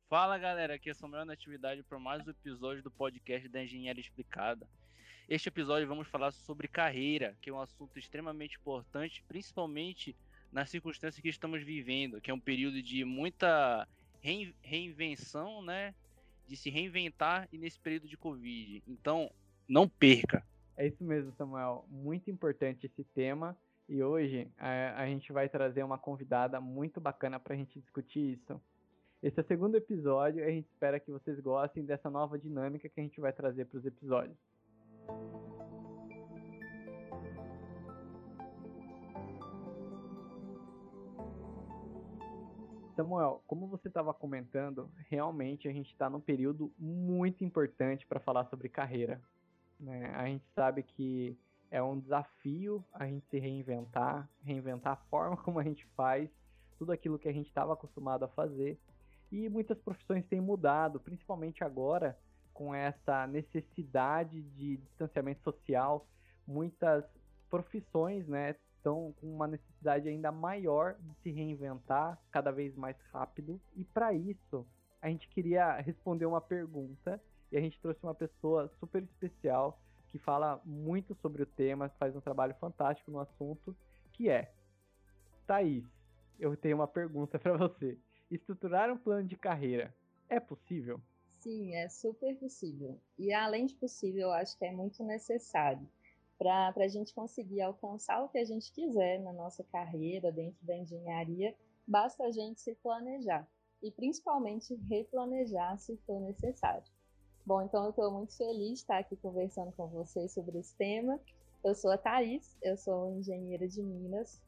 Fala galera, aqui é Samuel na atividade para mais um episódio do podcast da Engenharia Explicada. Este episódio vamos falar sobre carreira, que é um assunto extremamente importante, principalmente nas circunstâncias que estamos vivendo, que é um período de muita reinvenção, né? De se reinventar e nesse período de Covid. Então, não perca! É isso mesmo, Samuel. Muito importante esse tema. E hoje a gente vai trazer uma convidada muito bacana para a gente discutir isso. Esse é o segundo episódio e a gente espera que vocês gostem dessa nova dinâmica que a gente vai trazer para os episódios. Samuel, como você estava comentando, realmente a gente está num período muito importante para falar sobre carreira, né? A gente sabe que é um desafio a gente se reinventar, reinventar a forma como a gente faz, tudo aquilo que a gente estava acostumado a fazer. E muitas profissões têm mudado, principalmente agora, com essa necessidade de distanciamento social. Muitas profissões, né, estão com uma necessidade ainda maior de se reinventar cada vez mais rápido. E para isso, a gente queria responder uma pergunta e a gente trouxe uma pessoa super especial que fala muito sobre o tema, faz um trabalho fantástico no assunto, que é Thaís. Eu tenho uma pergunta para você. Estruturar um plano de carreira é possível? Sim, é super possível. E além de possível, eu acho que é muito necessário para a gente conseguir alcançar o que a gente quiser na nossa carreira dentro da engenharia, basta a gente se planejar e principalmente replanejar se for necessário. Bom, então eu estou muito feliz de estar aqui conversando com vocês sobre esse tema. Eu sou a Thaís, eu sou engenheira de Minas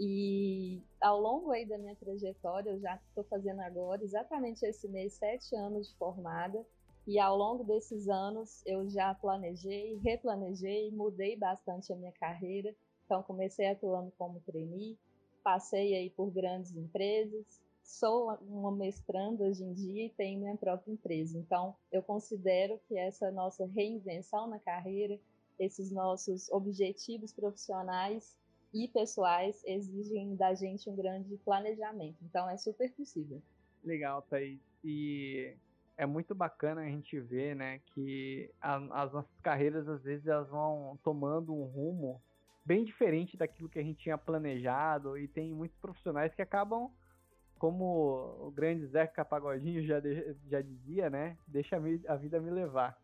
e ao longo aí da minha trajetória, eu já estou fazendo agora exatamente esse mês 7 anos de formada e ao longo desses anos eu já planejei, replanejei, mudei bastante a minha carreira. Então comecei atuando como trainee, passei aí por grandes empresas, sou uma mestranda hoje em dia e tenho minha própria empresa. Então, eu considero que essa nossa reinvenção na carreira, esses nossos objetivos profissionais e pessoais exigem da gente um grande planejamento. Então, é super possível. Legal, Thaís. E é muito bacana a gente ver, né, que as nossas carreiras, às vezes, elas vão tomando um rumo bem diferente daquilo que a gente tinha planejado e tem muitos profissionais que acabam, como o grande Zeca Pagodinho já dizia, né, deixa a vida me levar.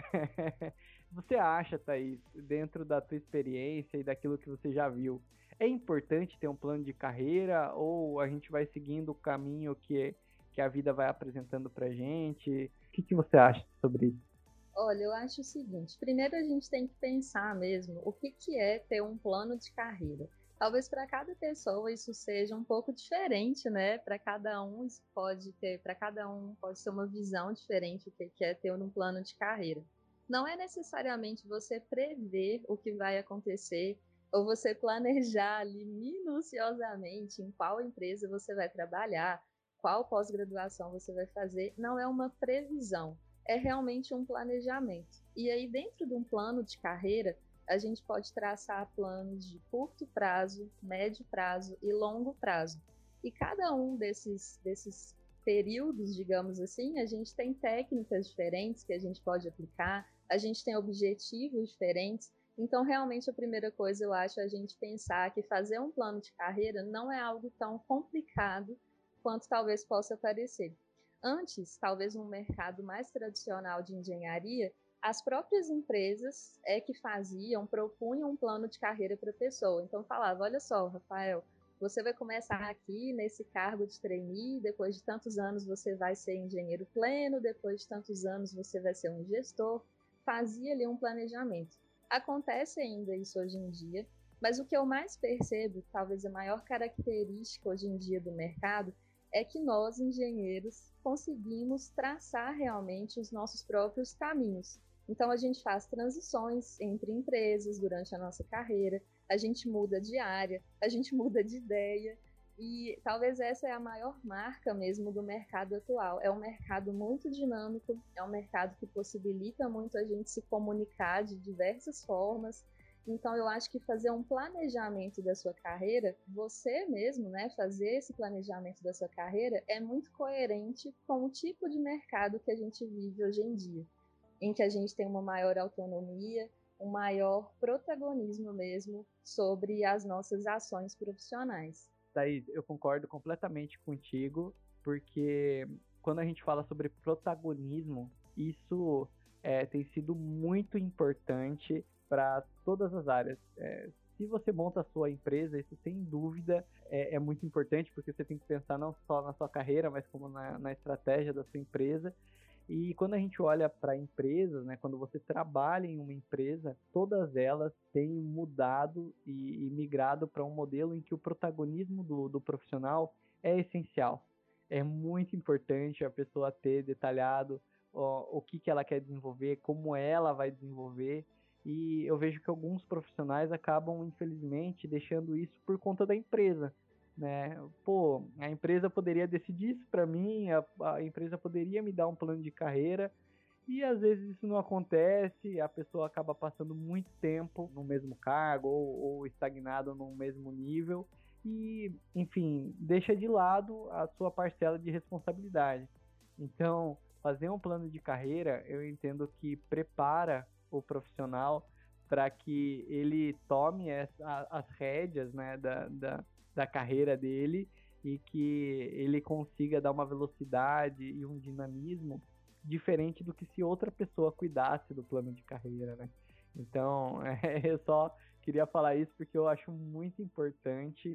Você acha, Thaís, dentro da tua experiência e daquilo que você já viu, é importante ter um plano de carreira ou a gente vai seguindo o caminho que a vida vai apresentando pra gente? O que você acha sobre isso? Olha, eu acho o seguinte, primeiro a gente tem que pensar mesmo o que é ter um plano de carreira. Talvez para cada pessoa isso seja um pouco diferente, né? Para cada um isso pode ter, para cada um pode ser uma visão diferente o que é ter um plano de carreira. Não é necessariamente você prever o que vai acontecer ou você planejar ali minuciosamente em qual empresa você vai trabalhar, qual pós-graduação você vai fazer, não é uma previsão, é realmente um planejamento. E aí, dentro de um plano de carreira, a gente pode traçar planos de curto prazo, médio prazo e longo prazo. E cada um desses períodos, digamos assim, a gente tem técnicas diferentes que a gente pode aplicar, a gente tem objetivos diferentes. Então, realmente, a primeira coisa, eu acho, é a gente pensar que fazer um plano de carreira não é algo tão complicado quanto talvez possa parecer. Antes, talvez no mercado mais tradicional de engenharia, as próprias empresas que faziam, propunham um plano de carreira para a pessoa. Então falava, olha só, Rafael, você vai começar aqui nesse cargo de trainee, depois de tantos anos você vai ser engenheiro pleno, depois de tantos anos você vai ser um gestor. Fazia ali um planejamento. Acontece ainda isso hoje em dia, mas o que eu mais percebo, talvez a maior característica hoje em dia do mercado, é que nós, engenheiros, conseguimos traçar realmente os nossos próprios caminhos. Então, a gente faz transições entre empresas durante a nossa carreira, a gente muda de área, a gente muda de ideia, e talvez essa é a maior marca mesmo do mercado atual. É um mercado muito dinâmico, é um mercado que possibilita muito a gente se comunicar de diversas formas, Então, eu acho que fazer um planejamento da sua carreira, você mesmo, né, fazer esse planejamento da sua carreira é muito coerente com o tipo de mercado que a gente vive hoje em dia, em que a gente tem uma maior autonomia, um maior protagonismo mesmo sobre as nossas ações profissionais. Thaís, eu concordo completamente contigo, porque quando a gente fala sobre protagonismo, isso tem sido muito importante para todas as áreas. Se você monta a sua empresa, isso sem dúvida é muito importante, porque você tem que pensar não só na sua carreira, mas como na estratégia da sua empresa. E quando a gente olha para empresas, né, quando você trabalha em uma empresa, todas elas têm mudado e migrado para um modelo em que o protagonismo do profissional é essencial. É muito importante a pessoa ter detalhado o que ela quer desenvolver, como ela vai desenvolver. E eu vejo que alguns profissionais acabam, infelizmente, deixando isso por conta da empresa, né? Pô, a empresa poderia decidir isso para mim, a empresa poderia me dar um plano de carreira, e às vezes isso não acontece, a pessoa acaba passando muito tempo no mesmo cargo ou estagnado no mesmo nível e, enfim, deixa de lado a sua parcela de responsabilidade. Então, fazer um plano de carreira, eu entendo que prepara o profissional para que ele tome as rédeas, né, da carreira dele e que ele consiga dar uma velocidade e um dinamismo diferente do que se outra pessoa cuidasse do plano de carreira, né? Então, eu só queria falar isso porque eu acho muito importante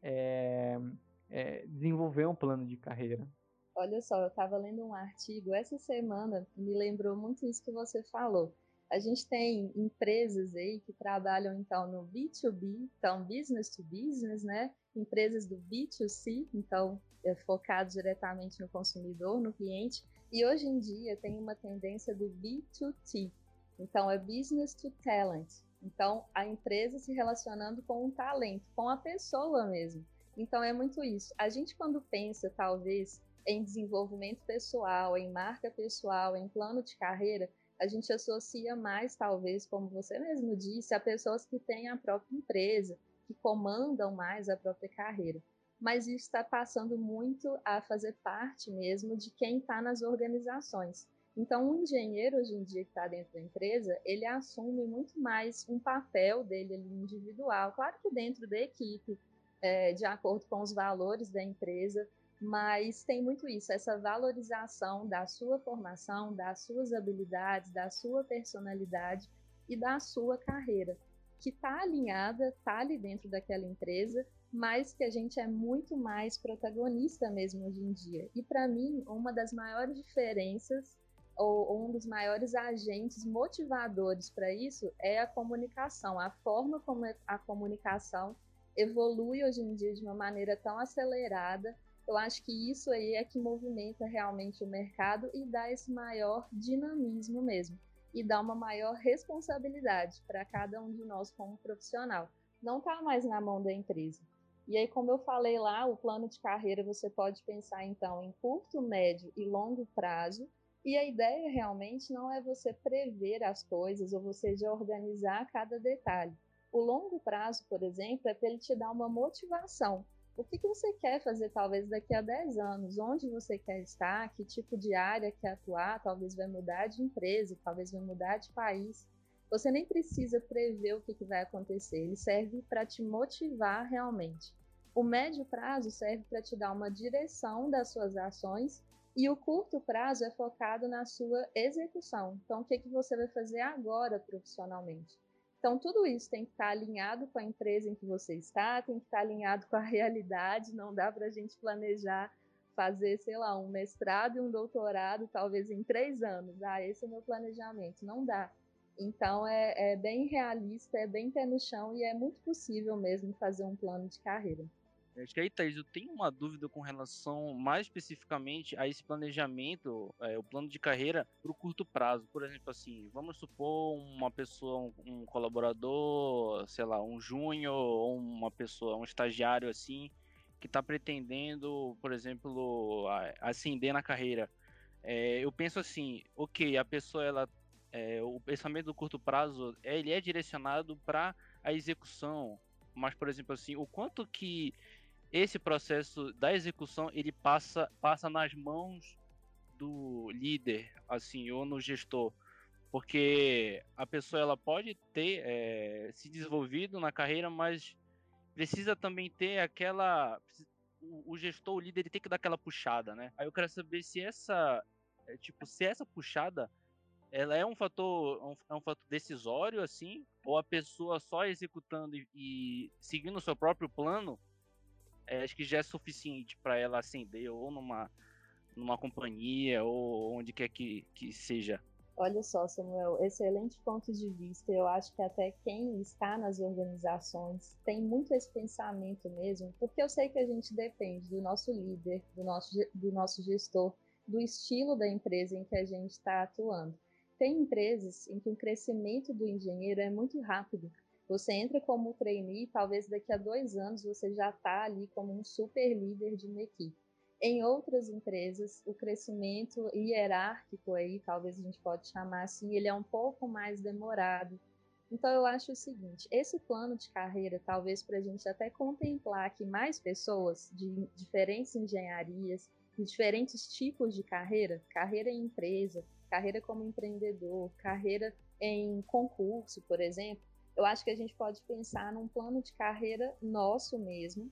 desenvolver um plano de carreira. Olha só, eu estava lendo um artigo essa semana e me lembrou muito isso que você falou. A gente tem empresas aí que trabalham, então, no B2B, então, business to business, né? Empresas do B2C, então, focados diretamente no consumidor, no cliente. E hoje em dia tem uma tendência do B2T, então, é business to talent. Então, a empresa se relacionando com o talento, com a pessoa mesmo. Então, é muito isso. A gente, quando pensa, talvez, em desenvolvimento pessoal, em marca pessoal, em plano de carreira, a gente associa mais, talvez, como você mesmo disse, a pessoas que têm a própria empresa, que comandam mais a própria carreira. Mas isso está passando muito a fazer parte mesmo de quem está nas organizações. Então, um engenheiro, hoje em dia, que está dentro da empresa, ele assume muito mais um papel dele ali individual, claro que dentro da equipe, de acordo com os valores da empresa, mas tem muito isso, essa valorização da sua formação, das suas habilidades, da sua personalidade e da sua carreira, que está alinhada, está ali dentro daquela empresa, mas que a gente é muito mais protagonista mesmo hoje em dia. E para mim, uma das maiores diferenças, ou um dos maiores agentes motivadores para isso é a comunicação, a forma como a comunicação evolui hoje em dia de uma maneira tão acelerada. Eu acho que isso aí é que movimenta realmente o mercado e dá esse maior dinamismo mesmo. E dá uma maior responsabilidade para cada um de nós como profissional. Não está mais na mão da empresa. E aí, como eu falei lá, o plano de carreira você pode pensar, então, em curto, médio e longo prazo. E a ideia realmente não é você prever as coisas ou você já organizar cada detalhe. O longo prazo, por exemplo, é para ele te dar uma motivação. O que você quer fazer talvez daqui a 10 anos? Onde você quer estar? Que tipo de área quer atuar? Talvez vai mudar de empresa, talvez vai mudar de país. Você nem precisa prever o que vai acontecer. Ele serve para te motivar realmente. O médio prazo serve para te dar uma direção das suas ações e o curto prazo é focado na sua execução. Então, o que você vai fazer agora profissionalmente? Então, tudo isso tem que estar alinhado com a empresa em que você está, tem que estar alinhado com a realidade, não dá para a gente planejar fazer, sei lá, um mestrado e um doutorado, talvez em 3 anos. Esse é o meu planejamento. Não dá. Então, é bem realista, é bem pé no chão e é muito possível mesmo fazer um plano de carreira. Acho que aí, Thaís, eu tenho uma dúvida com relação mais especificamente a esse planejamento, o plano de carreira para o curto prazo. Por exemplo, assim, vamos supor uma pessoa, um colaborador, sei lá, um júnior ou uma pessoa, um estagiário assim, que está pretendendo, por exemplo, ascender na carreira. Eu penso assim, ok, a pessoa ela o pensamento do curto prazo, ele é direcionado para a execução, mas, por exemplo, assim, o quanto que esse processo da execução ele passa nas mãos do líder, assim, ou no gestor, porque a pessoa ela pode ter se desenvolvido na carreira, mas precisa também ter o gestor, o líder, ele tem que dar aquela puxada, né? Aí eu quero saber se se essa puxada ela é um fator decisório, assim, ou a pessoa só executando e seguindo o seu próprio plano, acho que já é suficiente para ela ascender ou numa companhia ou onde quer que seja. Olha só, Samuel, excelente ponto de vista. Eu acho que até quem está nas organizações tem muito esse pensamento mesmo, porque eu sei que a gente depende do nosso líder, do nosso gestor, do estilo da empresa em que a gente está atuando. Tem empresas em que o crescimento do engenheiro é muito rápido. Você entra como trainee, talvez daqui a 2 anos você já está ali como um super líder de uma equipe. Em outras empresas, o crescimento hierárquico aí, talvez a gente pode chamar assim, ele é um pouco mais demorado. Então eu acho o seguinte, esse plano de carreira, talvez para a gente até contemplar que mais pessoas de diferentes engenharias, de diferentes tipos de carreira, carreira em empresa, carreira como empreendedor, carreira em concurso, por exemplo, eu acho que a gente pode pensar num plano de carreira nosso mesmo,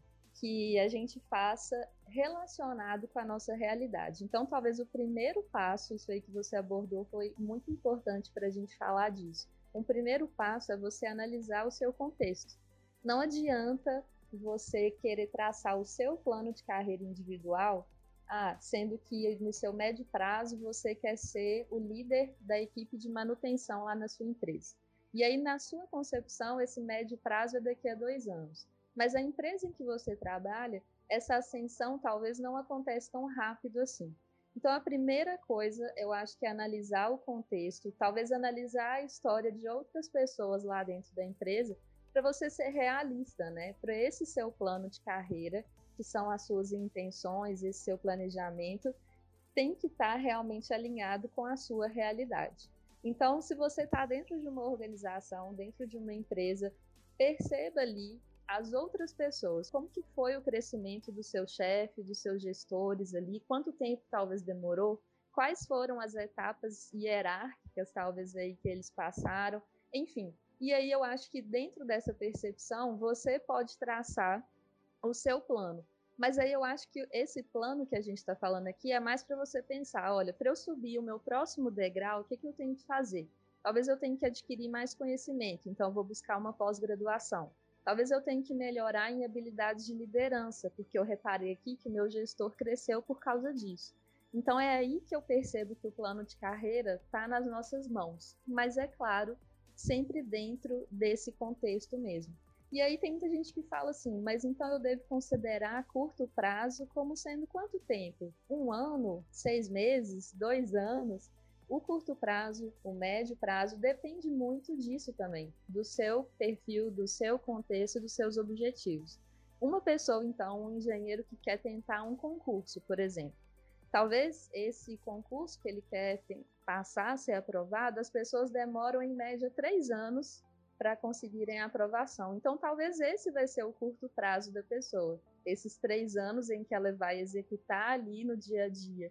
que a gente faça relacionado com a nossa realidade. Então, talvez o primeiro passo, isso aí que você abordou, foi muito importante para a gente falar disso. Um primeiro passo é você analisar o seu contexto. Não adianta você querer traçar o seu plano de carreira individual, sendo que no seu médio prazo você quer ser o líder da equipe de manutenção lá na sua empresa. E aí, na sua concepção, esse médio prazo é daqui a 2 anos. Mas a empresa em que você trabalha, essa ascensão talvez não acontece tão rápido assim. Então, a primeira coisa, eu acho que é analisar o contexto, talvez analisar a história de outras pessoas lá dentro da empresa, para você ser realista, né? Para esse seu plano de carreira, que são as suas intenções, esse seu planejamento, tem que estar realmente alinhado com a sua realidade. Então, se você está dentro de uma organização, dentro de uma empresa, perceba ali as outras pessoas, como que foi o crescimento do seu chefe, dos seus gestores ali, quanto tempo talvez demorou, quais foram as etapas hierárquicas talvez aí que eles passaram, enfim. E aí eu acho que dentro dessa percepção você pode traçar o seu plano. Mas aí eu acho que esse plano que a gente está falando aqui é mais para você pensar, olha, para eu subir o meu próximo degrau, o que eu tenho que fazer? Talvez eu tenha que adquirir mais conhecimento, então vou buscar uma pós-graduação. Talvez eu tenha que melhorar em habilidades de liderança, porque eu reparei aqui que o meu gestor cresceu por causa disso. Então é aí que eu percebo que o plano de carreira está nas nossas mãos, mas é claro, sempre dentro desse contexto mesmo. E aí tem muita gente que fala assim, mas então eu devo considerar a curto prazo como sendo quanto tempo? 1 ano? 6 meses? 2 anos? O curto prazo, o médio prazo, depende muito disso também, do seu perfil, do seu contexto, dos seus objetivos. Uma pessoa, então, um engenheiro que quer tentar um concurso, por exemplo, talvez esse concurso que ele quer passar a ser aprovado, as pessoas demoram em média 3 anos para conseguirem a aprovação. Então, talvez esse vai ser o curto prazo da pessoa, esses 3 anos em que ela vai executar ali no dia a dia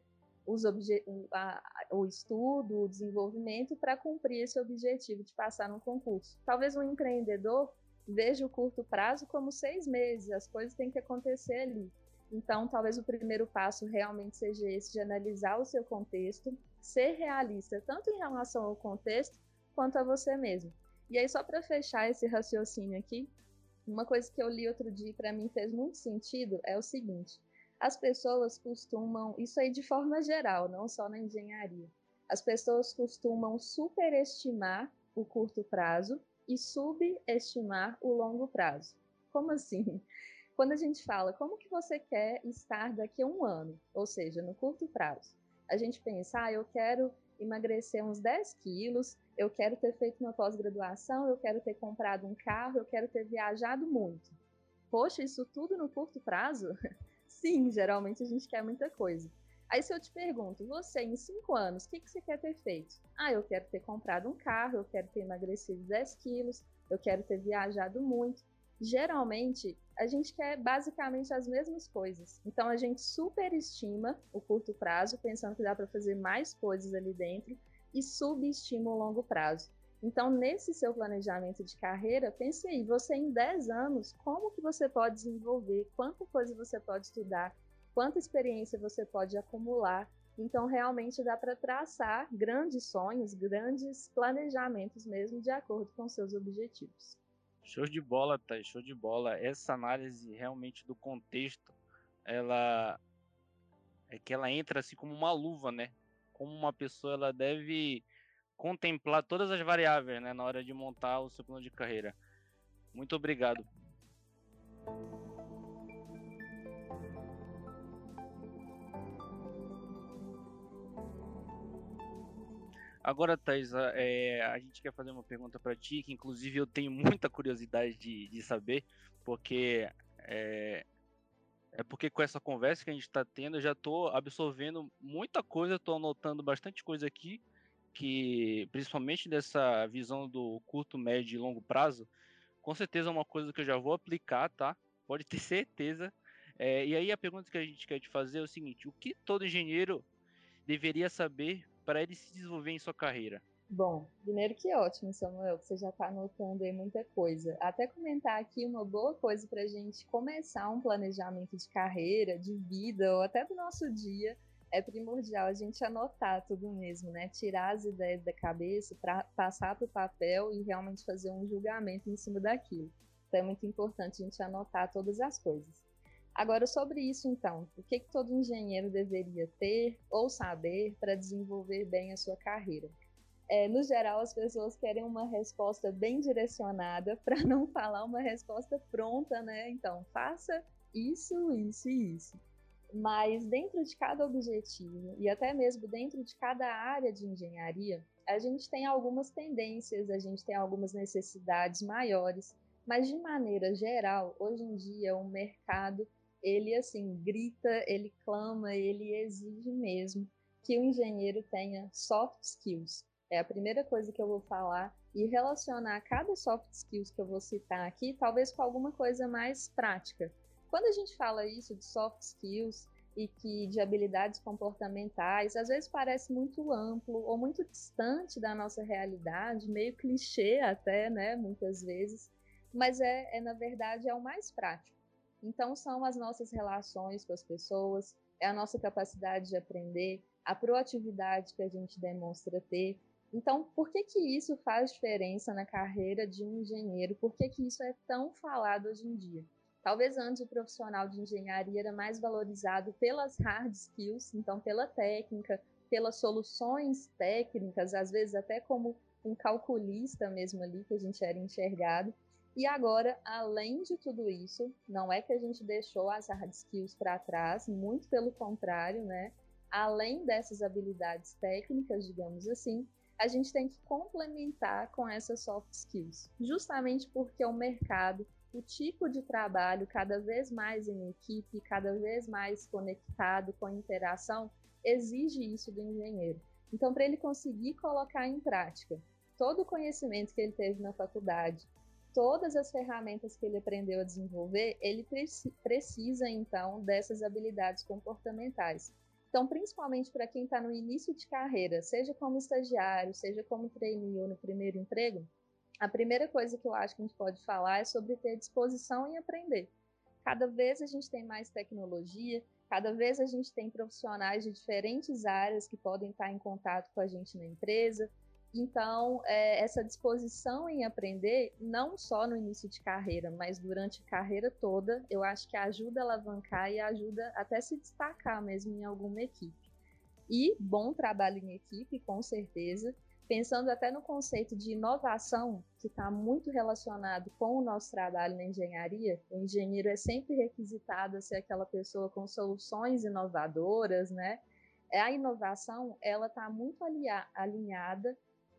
o estudo, o desenvolvimento para cumprir esse objetivo de passar no concurso. Talvez um empreendedor veja o curto prazo como 6 meses, as coisas têm que acontecer ali. Então, talvez o primeiro passo realmente seja esse, de analisar o seu contexto, ser realista, tanto em relação ao contexto, quanto a você mesmo. E aí, só para fechar esse raciocínio aqui, uma coisa que eu li outro dia e para mim fez muito sentido é o seguinte: as pessoas costumam, isso aí de forma geral, não só na engenharia, as pessoas costumam superestimar o curto prazo e subestimar o longo prazo. Como assim? Quando a gente fala, como que você quer estar daqui a 1 ano? Ou seja, no curto prazo. A gente pensa, eu quero emagrecer uns 10 quilos, eu quero ter feito uma pós-graduação, eu quero ter comprado um carro, eu quero ter viajado muito. Poxa, isso tudo no curto prazo? Sim, geralmente a gente quer muita coisa. Aí se eu te pergunto, você em 5 anos, o que você quer ter feito? Eu quero ter comprado um carro, eu quero ter emagrecido 10 quilos, eu quero ter viajado muito. Geralmente, a gente quer basicamente as mesmas coisas. Então, a gente superestima o curto prazo, pensando que dá para fazer mais coisas ali dentro, e subestima o longo prazo. Então, nesse seu planejamento de carreira, pense aí, você em 10 anos, como que você pode desenvolver, quanta coisa você pode estudar, quanta experiência você pode acumular. Então, realmente dá para traçar grandes sonhos, grandes planejamentos mesmo, de acordo com seus objetivos. Show de bola, Thaís, show de bola. Essa análise realmente do contexto, ela é que ela entra assim como uma luva, né? Como uma pessoa ela deve contemplar todas as variáveis, né, na hora de montar o seu plano de carreira. Muito obrigado. Agora, Thais, a gente quer fazer uma pergunta para ti, que inclusive eu tenho muita curiosidade de saber, porque porque com essa conversa que a gente está tendo, eu já estou absorvendo muita coisa, estou anotando bastante coisa aqui, que principalmente dessa visão do curto, médio e longo prazo, com certeza é uma coisa que eu já vou aplicar, tá? Pode ter certeza. E aí a pergunta que a gente quer te fazer é o seguinte: o que todo engenheiro deveria saber para ele se desenvolver em sua carreira? Bom, primeiro que ótimo, Samuel, que você já está anotando aí muita coisa. Até comentar aqui uma boa coisa para a gente começar um planejamento de carreira, de vida ou até do nosso dia, é primordial a gente anotar tudo mesmo, né? Tirar as ideias da cabeça para passar para o papel e realmente fazer um julgamento em cima daquilo. Então é muito importante a gente anotar todas as coisas. Agora, sobre isso, então, o que todo engenheiro deveria ter ou saber para desenvolver bem a sua carreira? No geral, as pessoas querem uma resposta bem direcionada, para não falar uma resposta pronta, né? Então, faça isso, isso e isso. Mas dentro de cada objetivo e até mesmo dentro de cada área de engenharia, a gente tem algumas tendências, a gente tem algumas necessidades maiores, mas de maneira geral, hoje em dia o mercado, ele assim, grita, ele clama, ele exige mesmo que o engenheiro tenha soft skills. É a primeira coisa que eu vou falar e relacionar cada soft skills que eu vou citar aqui, talvez com alguma coisa mais prática. Quando a gente fala isso de soft skills e que de habilidades comportamentais, às vezes parece muito amplo ou muito distante da nossa realidade, meio clichê até, né, muitas vezes, mas na verdade, é o mais prático. Então, são as nossas relações com as pessoas, é a nossa capacidade de aprender, a proatividade que a gente demonstra ter. Então, por que isso faz diferença na carreira de um engenheiro? Por que isso é tão falado hoje em dia? Talvez antes o profissional de engenharia era mais valorizado pelas hard skills, então pela técnica, pelas soluções técnicas, às vezes até como um calculista mesmo ali que a gente era enxergado. E agora, além de tudo isso, não é que a gente deixou as hard skills para trás, muito pelo contrário, né? Além dessas habilidades técnicas, digamos assim, a gente tem que complementar com essas soft skills, justamente porque o mercado, o tipo de trabalho cada vez mais em equipe, cada vez mais conectado com interação, exige isso do engenheiro. Então, para ele conseguir colocar em prática todo o conhecimento que ele teve na faculdade, todas as ferramentas que ele aprendeu a desenvolver, ele precisa, então, dessas habilidades comportamentais. Então, principalmente para quem está no início de carreira, seja como estagiário, seja como trainee ou no primeiro emprego, a primeira coisa que eu acho que a gente pode falar é sobre ter disposição em aprender. Cada vez a gente tem mais tecnologia, cada vez a gente tem profissionais de diferentes áreas que podem estar em contato com a gente na empresa. Então, essa disposição em aprender, não só no início de carreira, mas durante a carreira toda, eu acho que ajuda a alavancar e ajuda até se destacar mesmo em alguma equipe. E bom trabalho em equipe, com certeza. Pensando até no conceito de inovação, que está muito relacionado com o nosso trabalho na engenharia, o engenheiro é sempre requisitado a ser aquela pessoa com soluções inovadoras, né? A inovação, ela está muito alinhada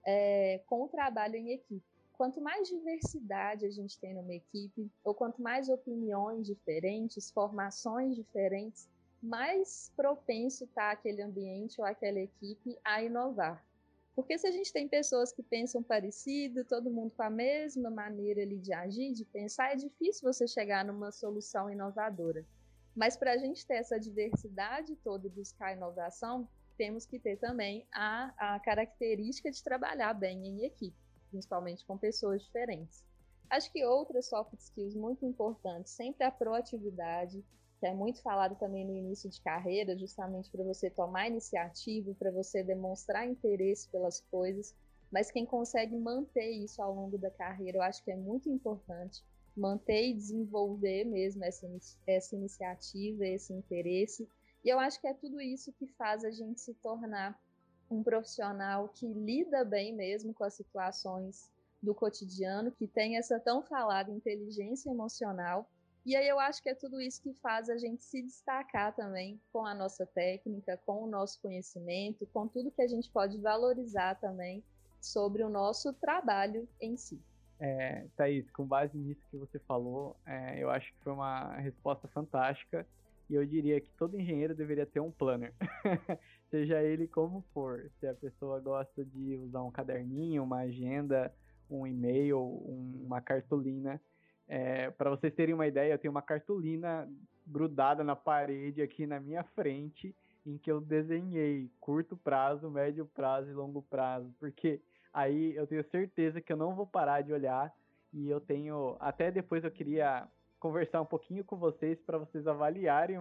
com o trabalho em equipe. Quanto mais diversidade a gente tem numa equipe, ou quanto mais opiniões diferentes, formações diferentes, mais propenso está aquele ambiente ou aquela equipe a inovar. Porque se a gente tem pessoas que pensam parecido, todo mundo com a mesma maneira ali de agir, de pensar, é difícil você chegar numa solução inovadora. Mas para a gente ter essa diversidade toda e buscar inovação, temos que ter também a característica de trabalhar bem em equipe, principalmente com pessoas diferentes. Acho que outras soft skills muito importantes, sempre a proatividade, que é muito falado também no início de carreira, justamente para você tomar iniciativa, para você demonstrar interesse pelas coisas, mas quem consegue manter isso ao longo da carreira, eu acho que é muito importante, manter e desenvolver mesmo essa iniciativa, esse interesse, e eu acho que é tudo isso que faz a gente se tornar um profissional que lida bem mesmo com as situações do cotidiano, que tem essa tão falada inteligência emocional. E aí eu acho que é tudo isso que faz a gente se destacar também com a nossa técnica, com o nosso conhecimento, com tudo que a gente pode valorizar também sobre o nosso trabalho em si. Thaís, com base nisso que você falou, eu acho que foi uma resposta fantástica e eu diria que todo engenheiro deveria ter um planner, seja ele como for. Se a pessoa gosta de usar um caderninho, uma agenda, um e-mail, uma cartolina. Para vocês terem uma ideia, eu tenho uma cartolina grudada na parede aqui na minha frente, em que eu desenhei curto prazo, médio prazo e longo prazo, porque aí eu tenho certeza que eu não vou parar de olhar e eu tenho, até depois eu queria conversar um pouquinho com vocês para vocês avaliarem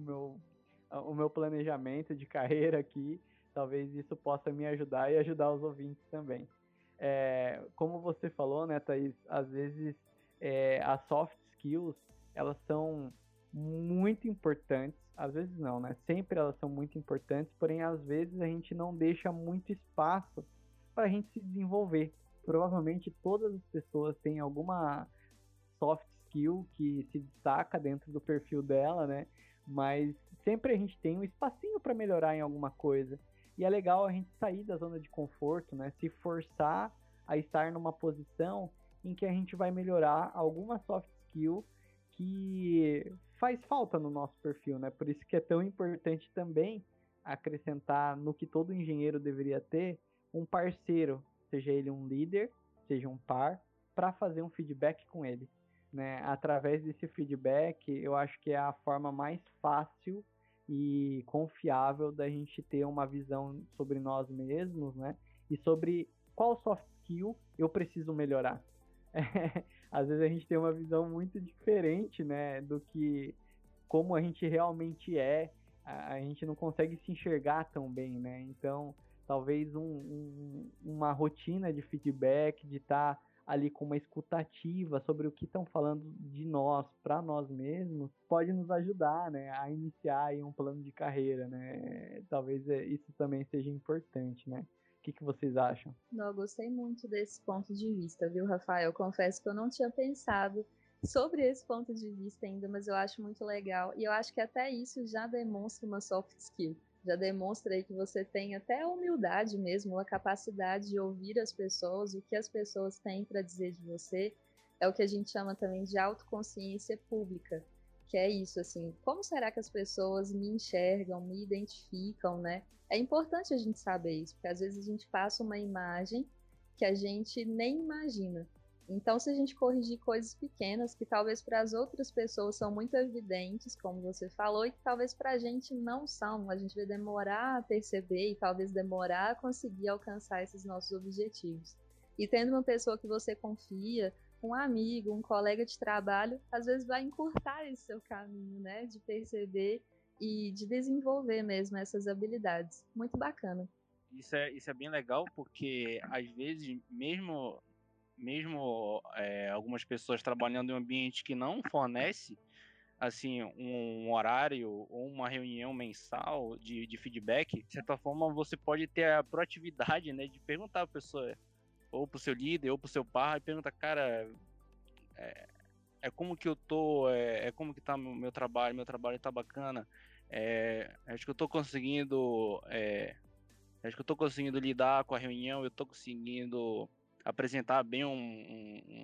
o meu planejamento de carreira aqui, talvez isso possa me ajudar e ajudar os ouvintes também. Como você falou, né, Thaís, às vezes as soft skills, elas são muito importantes, às vezes não, né? Sempre elas são muito importantes, porém às vezes a gente não deixa muito espaço para a gente se desenvolver. Provavelmente todas as pessoas têm alguma soft skill que se destaca dentro do perfil dela, né? Mas sempre a gente tem um espacinho para melhorar em alguma coisa. E é legal a gente sair da zona de conforto, né? Se forçar a estar numa posição em que a gente vai melhorar alguma soft skill que faz falta no nosso perfil, né? Por isso que é tão importante também acrescentar no que todo engenheiro deveria ter um parceiro, seja ele um líder, seja um par, para fazer um feedback com ele, né? Através desse feedback, eu acho que é a forma mais fácil e confiável da gente ter uma visão sobre nós mesmos, né? E sobre qual soft skill eu preciso melhorar. Às vezes a gente tem uma visão muito diferente, né, do que como a gente realmente é, a gente não consegue se enxergar tão bem, né? Então, talvez uma rotina de feedback, de estar ali com uma escutativa sobre o que estão falando de nós para nós mesmos, pode nos ajudar, né, a iniciar aí um plano de carreira, né? Talvez isso também seja importante, né? O que vocês acham? Não, eu gostei muito desse ponto de vista, viu, Rafael? Eu confesso que eu não tinha pensado sobre esse ponto de vista ainda, mas eu acho muito legal. E eu acho que até isso já demonstra uma soft skill. Já demonstra aí que você tem até a humildade mesmo, a capacidade de ouvir as pessoas, o que as pessoas têm para dizer de você. É o que a gente chama também de autoconsciência pública, que é isso, assim, como será que as pessoas me enxergam, me identificam, né? É importante a gente saber isso, porque às vezes a gente passa uma imagem que a gente nem imagina. Então, se a gente corrigir coisas pequenas que talvez para as outras pessoas são muito evidentes, como você falou, e que talvez para a gente não são, a gente vai demorar a perceber e talvez demorar a conseguir alcançar esses nossos objetivos. E tendo uma pessoa que você confia, um amigo, um colega de trabalho, às vezes vai encurtar esse seu caminho, né, de perceber e de desenvolver mesmo essas habilidades. Muito bacana. Isso é bem legal, porque às vezes, mesmo algumas pessoas trabalhando em um ambiente que não fornece assim um horário ou uma reunião mensal de feedback, de certa forma você pode ter a proatividade, né, de perguntar a pessoa, ou pro seu líder, ou pro seu par, e perguntar, cara, como que eu tô, como que tá meu trabalho tá bacana, acho que eu tô conseguindo, lidar com a reunião, eu tô conseguindo apresentar bem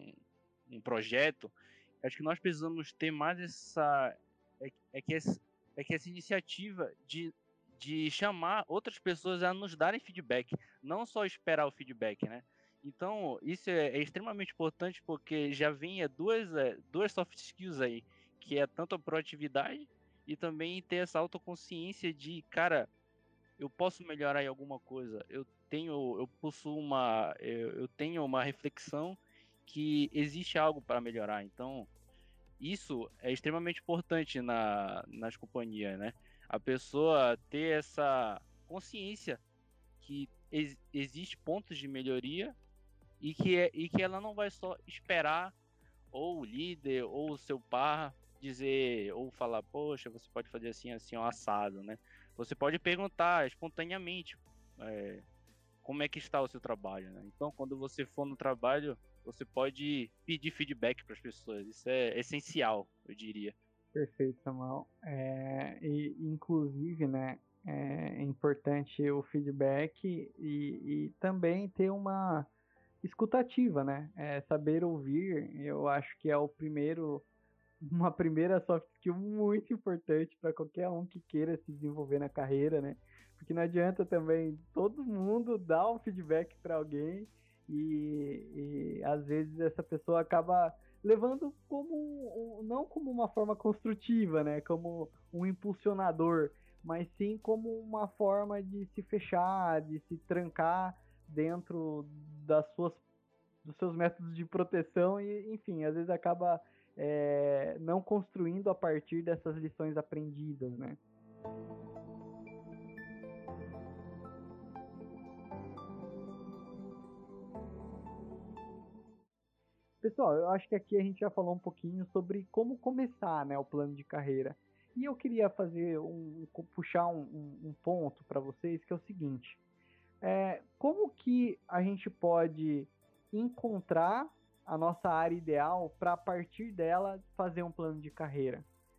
um projeto. Acho que nós precisamos ter mais essa, é que essa iniciativa de chamar outras pessoas a nos darem feedback, não só esperar o feedback, né? Então, isso é extremamente importante porque já vem duas soft skills aí, que é tanto a proatividade e também ter essa autoconsciência de, cara, eu posso melhorar em alguma coisa, eu tenho uma reflexão que existe algo para melhorar. Então, isso é extremamente importante nas companhias, né? A pessoa ter essa consciência que existe pontos de melhoria e que ela não vai só esperar ou o líder ou o seu par dizer ou falar, poxa, você pode fazer assim, assim, um assado, né? Você pode perguntar espontaneamente como é que está o seu trabalho, né? Então, quando você for no trabalho, você pode pedir feedback para as pessoas. Isso é essencial, eu diria. Perfeito, Samuel. E inclusive, né, é importante o feedback e também ter uma escutativa, né? Saber ouvir, eu acho que é uma primeira soft skill muito importante para qualquer um que queira se desenvolver na carreira, né? Porque não adianta também todo mundo dar um feedback para alguém e às vezes essa pessoa acaba levando não como uma forma construtiva, né? Como um impulsionador, mas sim como uma forma de se fechar, de se trancar dentro dos seus métodos de proteção e, enfim, às vezes acaba não construindo a partir dessas lições aprendidas, né? Pessoal, eu acho que aqui a gente já falou um pouquinho sobre como começar, né, o plano de carreira. E eu queria puxar um ponto para vocês, que é o seguinte. Como que a gente pode encontrar a nossa área ideal para, a partir dela, fazer um plano de carreira?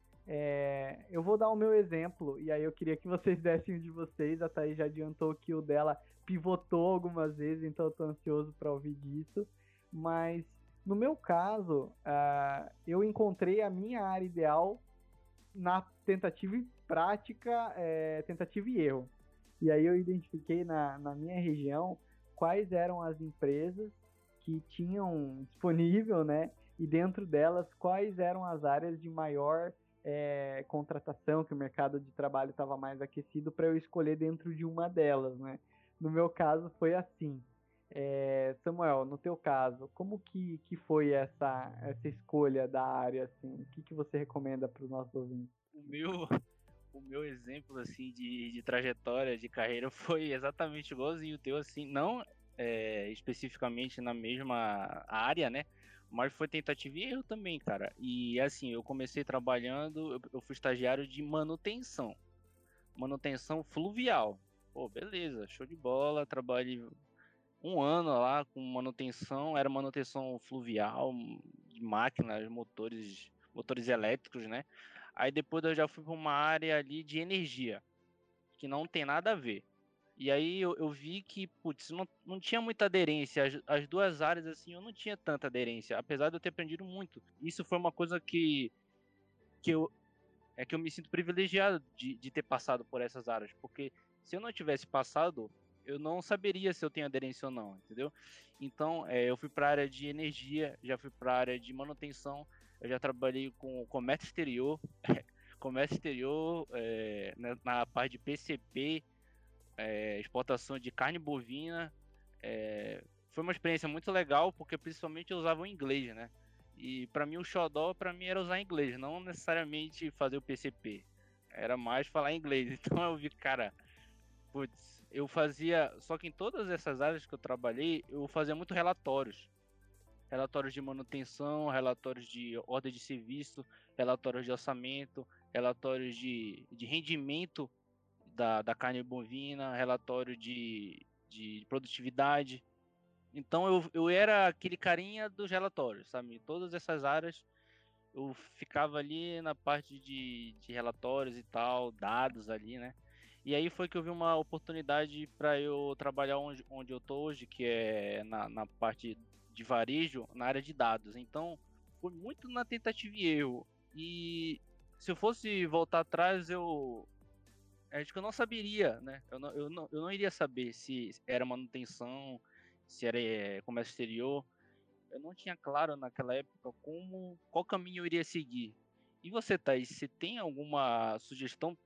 Eu vou dar o meu exemplo, e aí eu queria que vocês dessem o de vocês. A Thaís já adiantou que o dela pivotou algumas vezes, então eu estou ansioso para ouvir disso. Mas, no meu caso, eu encontrei a minha área ideal na tentativa e prática, tentativa e erro. E aí eu identifiquei na minha região quais eram as empresas que tinham disponível, né? E dentro delas, quais eram as áreas de maior contratação, que o mercado de trabalho estava mais aquecido, para eu escolher dentro de uma delas, né? No meu caso, foi assim. Samuel, no teu caso, como que foi essa escolha da área, assim? O que você recomenda para os nossos ouvintes? O meu exemplo assim de trajetória de carreira foi exatamente igualzinho o teu, assim, não especificamente na mesma área, né? Mas foi tentativa e erro também, cara. E assim, eu comecei trabalhando, eu fui estagiário de manutenção fluvial. Pô, beleza, show de bola. Trabalhei um ano lá com manutenção, era manutenção fluvial, de máquinas, motores elétricos, né? Aí depois eu já fui para uma área ali de energia, que não tem nada a ver. E aí eu vi que, putz, não tinha muita aderência. As duas áreas, assim, eu não tinha tanta aderência, apesar de eu ter aprendido muito. Isso foi uma coisa que eu me sinto privilegiado de ter passado por essas áreas, porque se eu não tivesse passado, eu não saberia se eu tenho aderência ou não, entendeu? Então, eu fui para a área de energia, já fui para a área de manutenção, eu já trabalhei com comércio exterior, na parte de PCP, exportação de carne bovina. Foi uma experiência muito legal, porque principalmente eu usava o inglês, né? E para mim o xodó era usar inglês, não necessariamente fazer o PCP. Era mais falar inglês. Então eu vi, cara, putz, eu fazia, só que em todas essas áreas que eu trabalhei, eu fazia muito relatórios. Relatórios de manutenção, relatórios de ordem de serviço, relatórios de orçamento, relatórios de rendimento da carne bovina, relatório de produtividade. Então eu era aquele carinha dos relatórios, sabe? Em todas essas áreas eu ficava ali na parte de relatórios e tal, dados ali, né? E aí foi que eu vi uma oportunidade para eu trabalhar onde eu tô hoje, que é na parte de varejo, na área de dados. Então foi muito na tentativa e erro. E se eu fosse voltar atrás, acho que eu não saberia, né? Eu não iria saber se era manutenção, se era comércio exterior. Eu não tinha claro naquela época qual caminho eu iria seguir. E você, Thaís, você tem alguma sugestão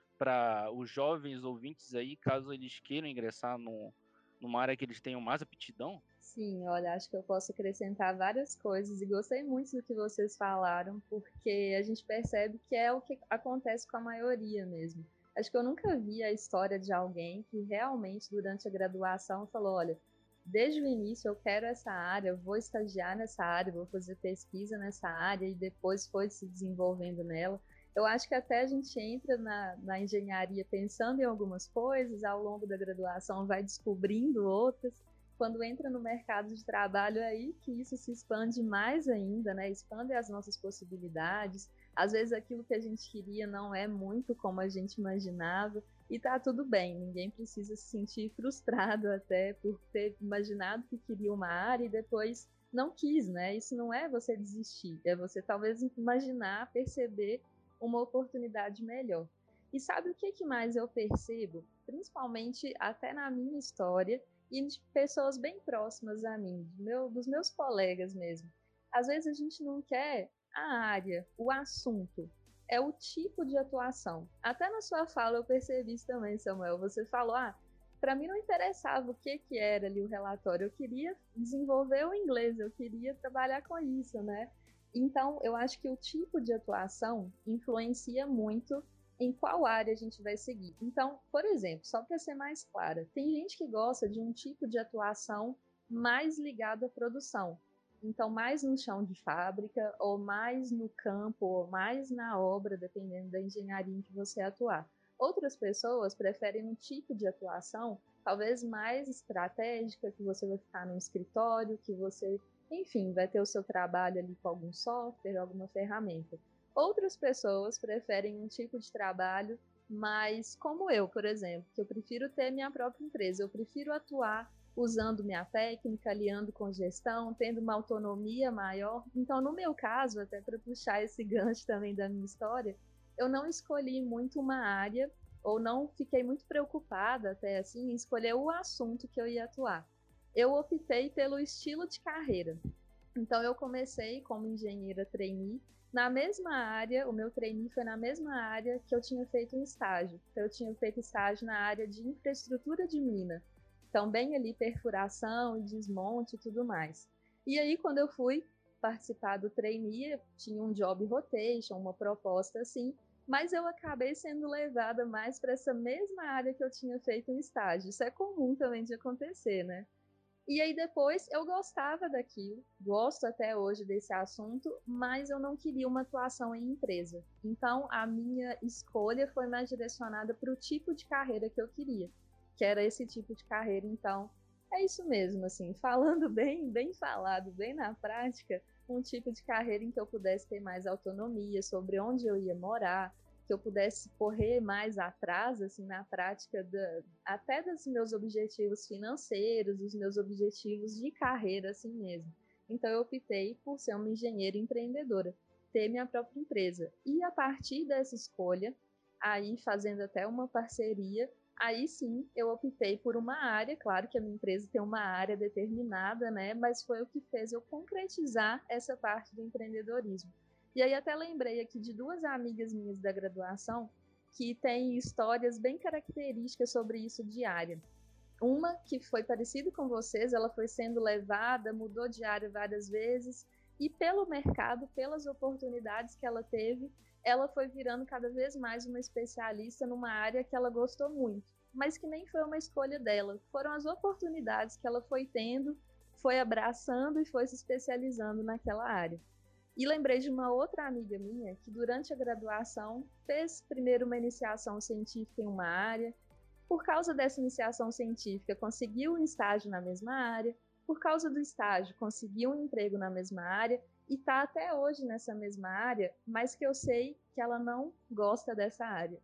para os jovens ouvintes aí, caso eles queiram ingressar numa área que eles tenham mais aptidão? Sim, olha, acho que eu posso acrescentar várias coisas e gostei muito do que vocês falaram, porque a gente percebe que é o que acontece com a maioria mesmo. Acho que eu nunca vi a história de alguém que realmente, durante a graduação, falou: olha, desde o início eu quero essa área, vou estagiar nessa área, vou fazer pesquisa nessa área e depois foi se desenvolvendo nela. Eu acho que até a gente entra na engenharia pensando em algumas coisas, ao longo da graduação vai descobrindo outras. Quando entra no mercado de trabalho é aí que isso se expande mais ainda, né? Expande as nossas possibilidades. Às vezes aquilo que a gente queria não é muito como a gente imaginava e tá tudo bem. Ninguém precisa se sentir frustrado até por ter imaginado que queria uma área e depois não quis, né? Isso não é você desistir, é você talvez imaginar, perceber uma oportunidade melhor. E sabe o que mais eu percebo? Principalmente até na minha história, e de pessoas bem próximas a mim, dos meus colegas mesmo. Às vezes a gente não quer a área, o assunto, é o tipo de atuação. Até na sua fala eu percebi isso também, Samuel. Você falou, para mim não interessava o que era ali o relatório, eu queria desenvolver o inglês, eu queria trabalhar com isso, né? Então, eu acho que o tipo de atuação influencia muito em qual área a gente vai seguir. Então, por exemplo, só para ser mais clara, tem gente que gosta de um tipo de atuação mais ligado à produção. Então, mais no chão de fábrica, ou mais no campo, ou mais na obra, dependendo da engenharia em que você atuar. Outras pessoas preferem um tipo de atuação talvez mais estratégica, que você vai ficar no escritório, que você, enfim, vai ter o seu trabalho ali com algum software, alguma ferramenta. Outras pessoas preferem um tipo de trabalho mais como eu, por exemplo, que eu prefiro ter minha própria empresa, eu prefiro atuar usando minha técnica, aliando com gestão, tendo uma autonomia maior. Então, no meu caso, até para puxar esse gancho também da minha história, eu não escolhi muito uma área, ou não fiquei muito preocupada até assim em escolher o assunto que eu ia atuar. Eu optei pelo estilo de carreira. Então, eu comecei como engenheira trainee, na mesma área, o meu trainee foi na mesma área que eu tinha feito um estágio. Então, eu tinha feito estágio na área de infraestrutura de mina. Então, bem ali, perfuração e desmonte e tudo mais. E aí, quando eu fui participar do trainee, tinha um job rotation, uma proposta assim, mas eu acabei sendo levada mais para essa mesma área que eu tinha feito um estágio. Isso é comum também de acontecer, né? E aí depois eu gostava daquilo, gosto até hoje desse assunto, mas eu não queria uma atuação em empresa. Então a minha escolha foi mais direcionada para o tipo de carreira que eu queria, que era esse tipo de carreira. Então é isso mesmo, assim, falando bem falado, bem na prática, um tipo de carreira em que eu pudesse ter mais autonomia sobre onde eu ia morar, que eu pudesse correr mais atrás, assim, na prática, até dos meus objetivos financeiros, dos meus objetivos de carreira, assim mesmo. Então, eu optei por ser uma engenheira empreendedora, ter minha própria empresa. E a partir dessa escolha, aí fazendo até uma parceria, aí sim eu optei por uma área, claro que a minha empresa tem uma área determinada, né? Mas foi o que fez eu concretizar essa parte do empreendedorismo. E aí até lembrei aqui de duas amigas minhas da graduação que têm histórias bem características sobre isso de área. Uma que foi parecida com vocês, ela foi sendo levada, mudou de área várias vezes, e pelo mercado, pelas oportunidades que ela teve, ela foi virando cada vez mais uma especialista numa área que ela gostou muito, mas que nem foi uma escolha dela. Foram as oportunidades que ela foi tendo, foi abraçando e foi se especializando naquela área. E lembrei de uma outra amiga minha que durante a graduação fez primeiro uma iniciação científica em uma área, por causa dessa iniciação científica conseguiu um estágio na mesma área, por causa do estágio conseguiu um emprego na mesma área e está até hoje nessa mesma área, mas que eu sei que ela não gosta dessa área.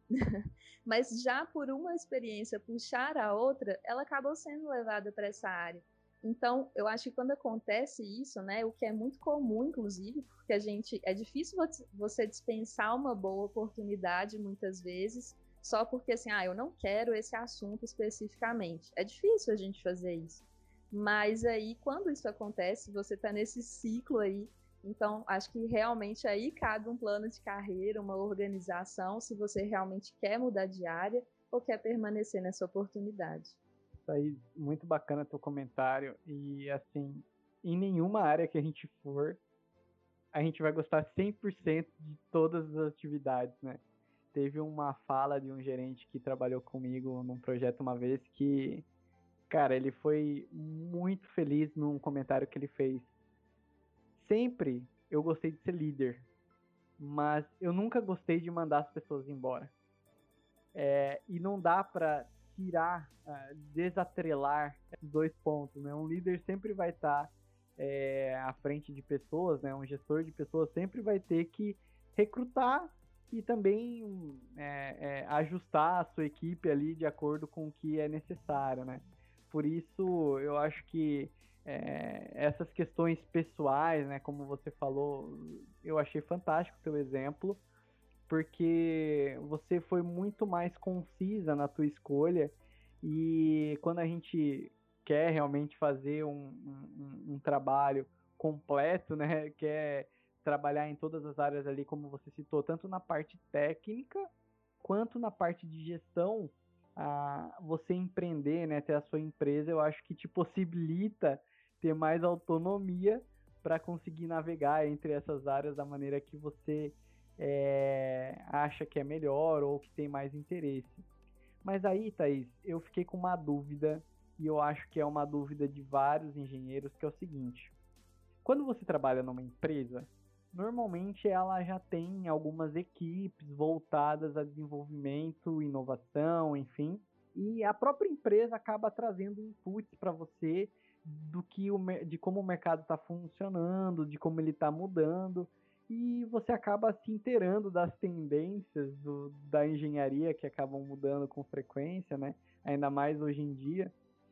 Mas já por uma experiência puxar a outra, ela acabou sendo levada para essa área. Então, eu acho que quando acontece isso, né, o que é muito comum, inclusive, porque é difícil você dispensar uma boa oportunidade muitas vezes, só porque assim, eu não quero esse assunto especificamente. É difícil a gente fazer isso. Mas aí, quando isso acontece, você está nesse ciclo aí. Então, acho que realmente aí cabe um plano de carreira, uma organização, se você realmente quer mudar de área ou quer permanecer nessa oportunidade. Isso aí, muito bacana teu comentário. E, assim, em nenhuma área que a gente for, a gente vai gostar 100% de todas as atividades, né? Teve uma fala de um gerente que trabalhou comigo num projeto uma vez que, cara, ele foi muito feliz num comentário que ele fez. Sempre eu gostei de ser líder, mas eu nunca gostei de mandar as pessoas embora. E não dá para tirar, desatrelar esses dois pontos, né? Um líder sempre vai estar à frente de pessoas, né? Um gestor de pessoas sempre vai ter que recrutar e também ajustar a sua equipe ali de acordo com o que é necessário, né? Por isso, eu acho que essas questões pessoais, né? Como você falou, eu achei fantástico o teu exemplo, porque você foi muito mais concisa na tua escolha, e quando a gente quer realmente fazer um trabalho completo, né, quer trabalhar em todas as áreas ali, como você citou, tanto na parte técnica quanto na parte de gestão, você empreender, né, ter a sua empresa, eu acho que te possibilita ter mais autonomia para conseguir navegar entre essas áreas da maneira que você acha que é melhor ou que tem mais interesse. Mas aí, Thaís, eu fiquei com uma dúvida, e eu acho que é uma dúvida de vários engenheiros, que é o seguinte: quando você trabalha numa empresa, normalmente ela já tem algumas equipes voltadas a desenvolvimento, inovação, enfim, e a própria empresa acaba trazendo inputs para você de como o mercado está funcionando, de como ele está mudando, e você acaba se inteirando das tendências da engenharia, que acabam mudando com frequência, né? Ainda mais hoje em dia.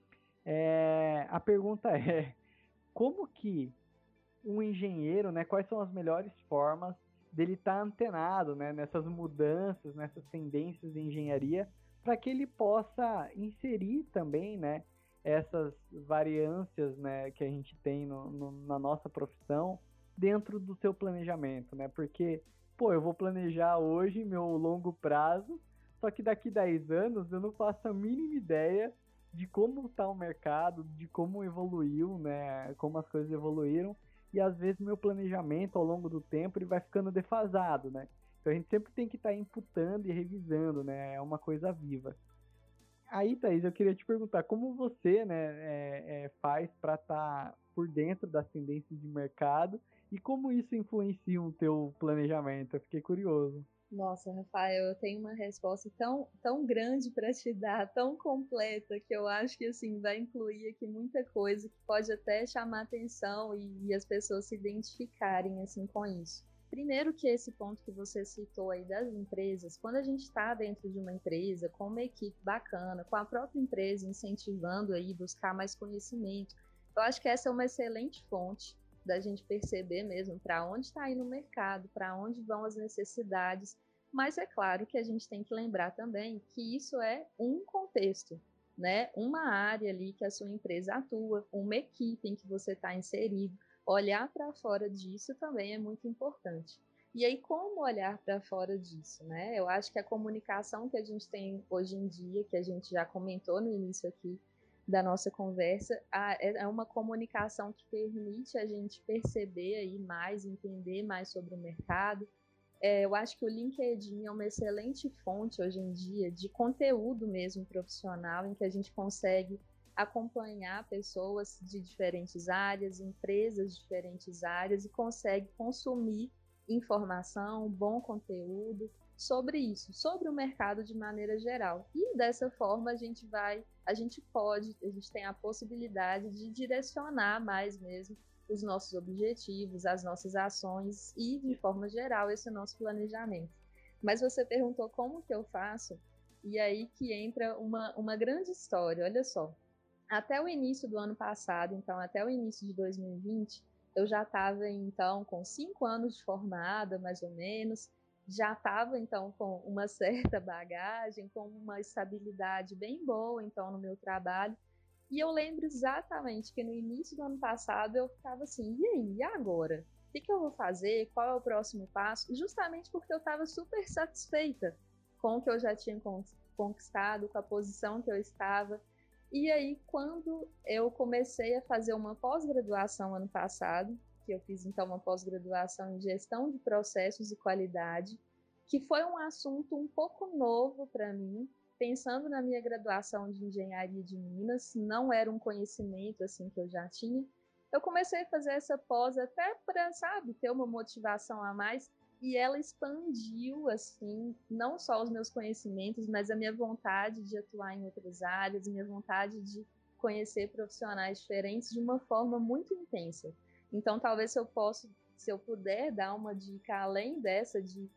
A pergunta é: como que um engenheiro, né, quais são as melhores formas dele estar antenado, né, nessas mudanças, nessas tendências de engenharia, para que ele possa inserir também, né, essas variâncias, né, que a gente tem na nossa profissão dentro do seu planejamento, né? Porque, eu vou planejar hoje meu longo prazo, só que daqui 10 anos eu não faço a mínima ideia de como está o mercado, de como evoluiu, né? Como as coisas evoluíram, e às vezes meu planejamento ao longo do tempo ele vai ficando defasado, né? Então a gente sempre tem que estar imputando e revisando, né? É uma coisa viva. Aí, Thaís, eu queria te perguntar como você, né, faz para estar por dentro das tendências de mercado e como isso influencia o teu planejamento. Eu fiquei curioso. Nossa, Rafael, eu tenho uma resposta tão grande para te dar, tão completa, que eu acho que assim vai incluir aqui muita coisa que pode até chamar atenção e as pessoas se identificarem assim com isso. Primeiro que esse ponto que você citou aí das empresas, quando a gente está dentro de uma empresa, com uma equipe bacana, com a própria empresa incentivando aí buscar mais conhecimento, eu acho que essa é uma excelente fonte da gente perceber mesmo para onde está indo o mercado, para onde vão as necessidades. Mas é claro que a gente tem que lembrar também que isso é um contexto, né? Uma área ali que a sua empresa atua, uma equipe em que você está inserido. Olhar para fora disso também é muito importante. E aí, como olhar para fora disso, né? Eu acho que a comunicação que a gente tem hoje em dia, que a gente já comentou no início aqui da nossa conversa, é uma comunicação que permite a gente perceber aí mais, entender mais sobre o mercado. Eu acho que o LinkedIn é uma excelente fonte hoje em dia de conteúdo mesmo profissional, em que a gente consegue acompanhar pessoas de diferentes áreas, empresas de diferentes áreas, e consegue consumir informação, bom conteúdo sobre isso, sobre o mercado de maneira geral. E dessa forma a gente tem a possibilidade de direcionar mais mesmo os nossos objetivos, as nossas ações e, de forma geral, esse nosso planejamento. Mas você perguntou como que eu faço, e aí que entra uma grande história, olha só. Até o início do ano passado, então até o início de 2020, eu já estava então com 5 anos de formada, mais ou menos, já estava então com uma certa bagagem, com uma estabilidade bem boa então no meu trabalho. E eu lembro exatamente que no início do ano passado eu ficava assim, e aí, e agora? O que eu vou fazer? Qual é o próximo passo? Justamente porque eu estava super satisfeita com o que eu já tinha conquistado, com a posição que eu estava. E aí, quando eu comecei a fazer uma pós-graduação ano passado, que eu fiz então uma pós-graduação em gestão de processos e qualidade, que foi um assunto um pouco novo para mim, pensando na minha graduação de engenharia de Minas, não era um conhecimento assim que eu já tinha. Eu comecei a fazer essa pós até para, sabe, ter uma motivação a mais, e ela expandiu assim, não só os meus conhecimentos, mas a minha vontade de atuar em outras áreas, a minha vontade de conhecer profissionais diferentes de uma forma muito intensa. Então, talvez se eu puder dar uma dica além dessa de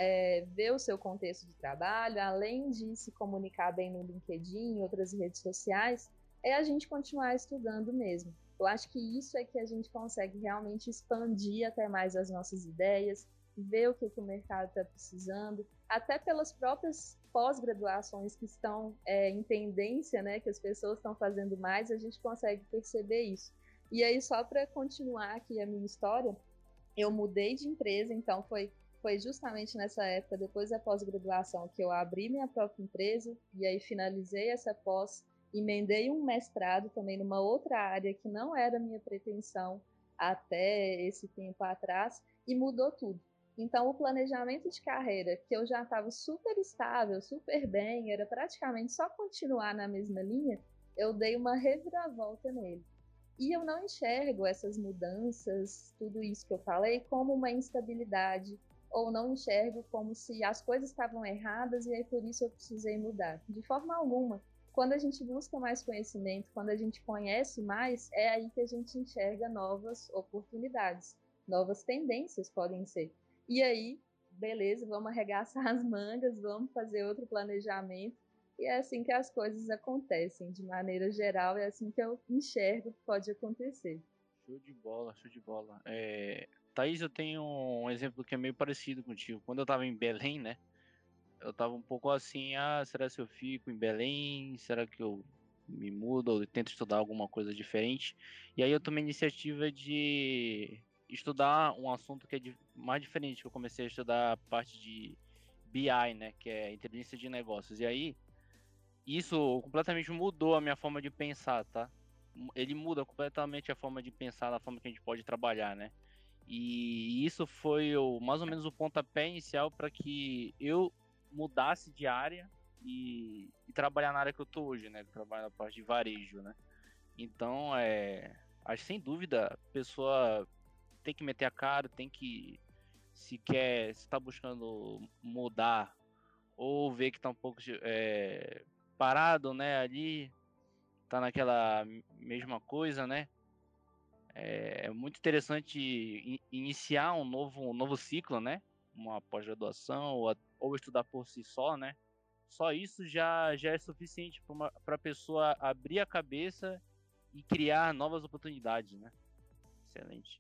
ver o seu contexto de trabalho, além de se comunicar bem no LinkedIn e outras redes sociais, é a gente continuar estudando mesmo. Eu acho que isso é que a gente consegue realmente expandir até mais as nossas ideias, ver o que o mercado está precisando, até pelas próprias pós-graduações que estão em tendência, né, que as pessoas estão fazendo mais, a gente consegue perceber isso. E aí, só para continuar aqui a minha história, eu mudei de empresa, então foi justamente nessa época, depois da pós-graduação, que eu abri minha própria empresa, e aí finalizei essa pós, emendei um mestrado também numa outra área que não era minha pretensão até esse tempo atrás, e mudou tudo. Então, o planejamento de carreira, que eu já estava super estável, super bem, era praticamente só continuar na mesma linha, eu dei uma reviravolta nele. E eu não enxergo essas mudanças, tudo isso que eu falei, como uma instabilidade, ou não enxergo como se as coisas estavam erradas e aí por isso eu precisei mudar. De forma alguma. Quando a gente busca mais conhecimento, quando a gente conhece mais, é aí que a gente enxerga novas oportunidades, novas tendências podem ser. E aí, beleza, vamos arregaçar as mangas, vamos fazer outro planejamento. E é assim que as coisas acontecem, de maneira geral, é assim que eu enxergo que pode acontecer. Show de bola, show de bola. Thaís, eu tenho um exemplo que é meio parecido contigo. Quando eu tava em Belém, né? Eu tava um pouco assim, será que eu fico em Belém? Será que eu me mudo ou tento estudar alguma coisa diferente? E aí eu tomei a iniciativa de estudar um assunto que é mais diferente, que eu comecei a estudar a parte de BI, né? Que é inteligência de negócios. E aí, isso completamente mudou a minha forma de pensar, tá? Ele muda completamente a forma de pensar, a forma que a gente pode trabalhar, né? E isso foi mais ou menos o pontapé inicial para que eu mudasse de área e trabalhar na área que eu tô hoje, né? Trabalhar na parte de varejo, né? Então, acho que sem dúvida a pessoa tem que meter a cara, tem que, se está buscando mudar ou ver que tá um pouco parado, né? Ali, tá naquela mesma coisa, né? É muito interessante iniciar um novo ciclo, né? Uma pós-graduação ou estudar por si só, né? Só isso já é suficiente para a pessoa abrir a cabeça e criar novas oportunidades, né? Excelente.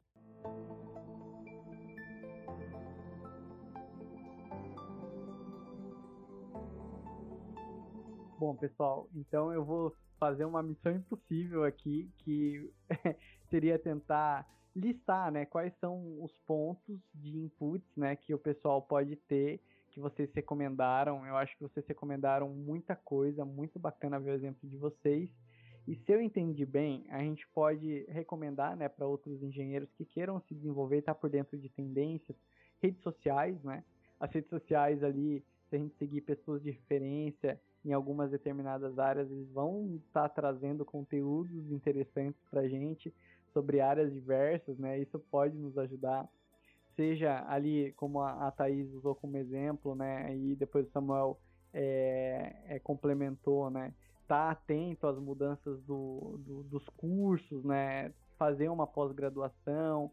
Bom, pessoal, então eu vou fazer uma missão impossível aqui, que seria tentar listar, né, quais são os pontos de inputs, né, que o pessoal pode ter, que vocês recomendaram. Eu acho que vocês recomendaram muita coisa, muito bacana ver o exemplo de vocês. E se eu entendi bem, a gente pode recomendar, né, para outros engenheiros que queiram se desenvolver e estar por dentro de tendências, redes sociais, né? As redes sociais ali, se a gente seguir pessoas de referência em algumas determinadas áreas, eles vão estar trazendo conteúdos interessantes para a gente sobre áreas diversas, né? Isso pode nos ajudar, seja ali como a Thaís usou como exemplo, né? E depois o Samuel complementou, né? Tá atento às mudanças dos cursos, né? Fazer uma pós-graduação,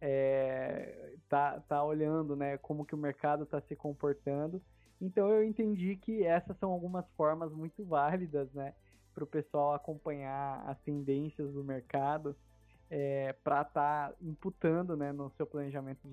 tá olhando, né? Como que o mercado está se comportando. Então eu entendi que essas são algumas formas muito válidas, né, para o pessoal acompanhar as tendências do mercado, para estar imputando, né, no seu planejamento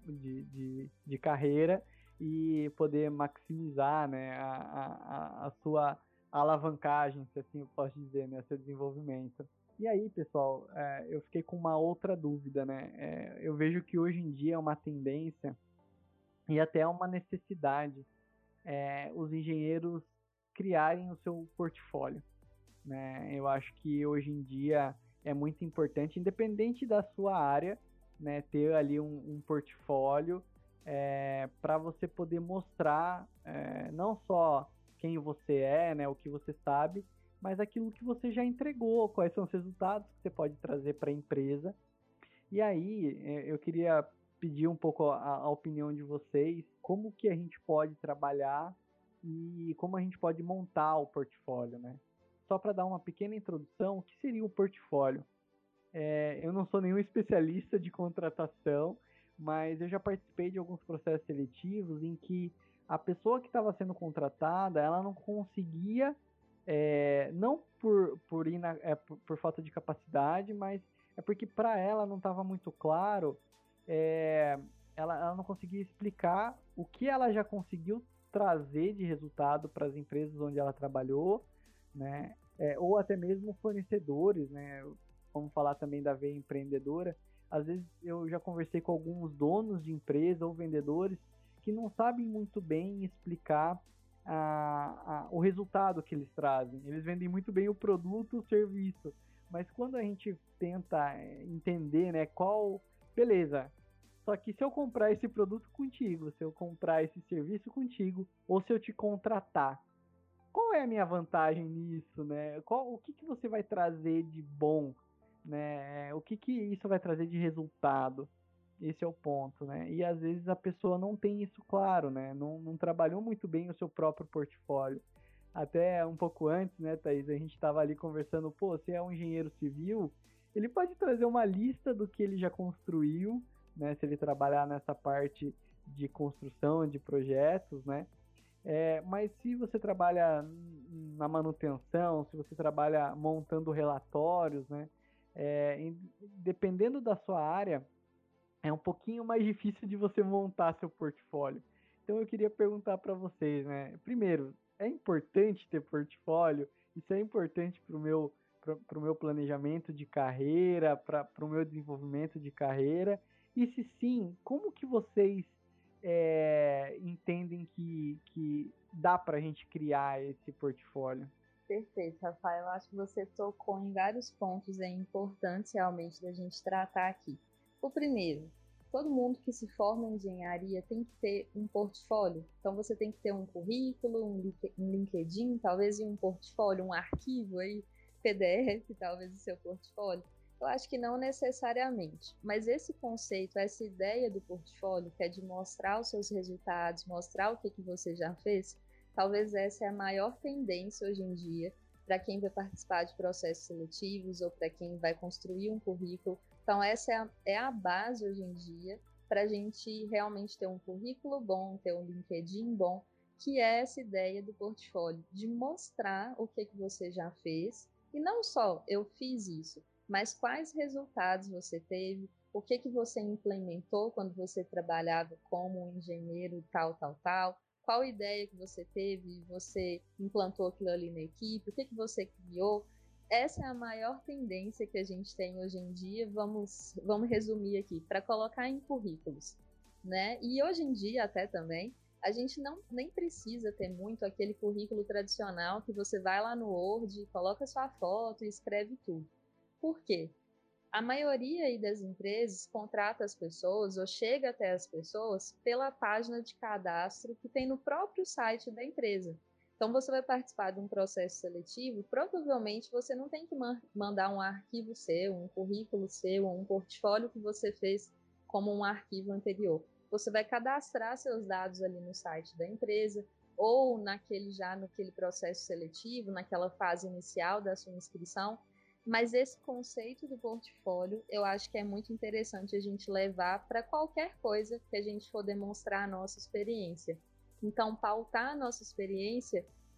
de carreira e poder maximizar, né, a sua alavancagem, se assim eu posso dizer, né, seu desenvolvimento. E aí, pessoal, eu fiquei com uma outra dúvida, né? Eu vejo que hoje em dia é uma tendência e até uma necessidade os engenheiros criarem o seu portfólio, né? Eu acho que hoje em dia é muito importante, independente da sua área, né, ter ali um portfólio para você poder mostrar não só quem você é, né, o que você sabe, mas aquilo que você já entregou, quais são os resultados que você pode trazer para a empresa. E aí, eu queria pedir um pouco a opinião de vocês, como que a gente pode trabalhar e como a gente pode montar o portfólio, né? Só para dar uma pequena introdução, o que seria um portfólio? Eu não sou nenhum especialista de contratação, mas eu já participei de alguns processos seletivos em que a pessoa que estava sendo contratada, ela não conseguia, não por falta de capacidade, mas é porque para ela não estava muito claro, ela não conseguia explicar o que ela já conseguiu trazer de resultado para as empresas onde ela trabalhou, né? Ou até mesmo fornecedores, né? Vamos falar também da veia empreendedora. Às vezes eu já conversei com alguns donos de empresa ou vendedores que não sabem muito bem explicar o resultado que eles trazem. Eles vendem muito bem o produto, o serviço, mas quando a gente tenta entender, né, beleza, só que se eu comprar esse produto contigo, se eu comprar esse serviço contigo, ou se eu te contratar, qual é a minha vantagem nisso, né? O que você vai trazer de bom, né? O que isso vai trazer de resultado? Esse é o ponto, né? E às vezes a pessoa não tem isso claro, né? Não trabalhou muito bem o seu próprio portfólio. Até um pouco antes, né, Thaís, a gente estava ali conversando, pô, se é um engenheiro civil, ele pode trazer uma lista do que ele já construiu, né? Se ele trabalhar nessa parte de construção, de projetos, né? Mas se você trabalha na manutenção, se você trabalha montando relatórios, né? Dependendo da sua área, é um pouquinho mais difícil de você montar seu portfólio. Então eu queria perguntar para vocês, né? Primeiro, é importante ter portfólio? Isso é importante para o meu planejamento de carreira, para o meu desenvolvimento de carreira? E se sim, como que vocês entendem que dá para a gente criar esse portfólio? Perfeito, Rafael. Eu acho que você tocou em vários pontos importantes realmente da gente tratar aqui. O primeiro, todo mundo que se forma em engenharia tem que ter um portfólio. Então você tem que ter um currículo, um LinkedIn, talvez um portfólio, um arquivo aí, PDF, talvez o seu portfólio. Eu acho que não necessariamente, mas esse conceito, essa ideia do portfólio, que é de mostrar os seus resultados, mostrar o que você já fez, talvez essa é a maior tendência hoje em dia para quem vai participar de processos seletivos ou para quem vai construir um currículo. Então essa é a base hoje em dia para a gente realmente ter um currículo bom, ter um LinkedIn bom, que é essa ideia do portfólio, de mostrar o que você já fez, e não só eu fiz isso, mas quais resultados você teve, o que você implementou quando você trabalhava como um engenheiro tal, qual ideia que você teve, você implantou aquilo ali na equipe, o que você criou. Essa é a maior tendência que a gente tem hoje em dia, vamos resumir aqui, para colocar em currículos, né? E hoje em dia até também, a gente nem precisa ter muito aquele currículo tradicional que você vai lá no Word, coloca sua foto e escreve tudo. Por quê? A maioria aí das empresas contrata as pessoas ou chega até as pessoas pela página de cadastro que tem no próprio site da empresa. Então, você vai participar de um processo seletivo, provavelmente você não tem que mandar um arquivo seu, um currículo seu, um portfólio que você fez como um arquivo anterior. Você vai cadastrar seus dados ali no site da empresa ou naquele processo seletivo, naquela fase inicial da sua inscrição. Mas esse conceito do portfólio, eu acho que é muito interessante a gente levar para qualquer coisa que a gente for demonstrar a nossa experiência. Então, pautar a nossa experiência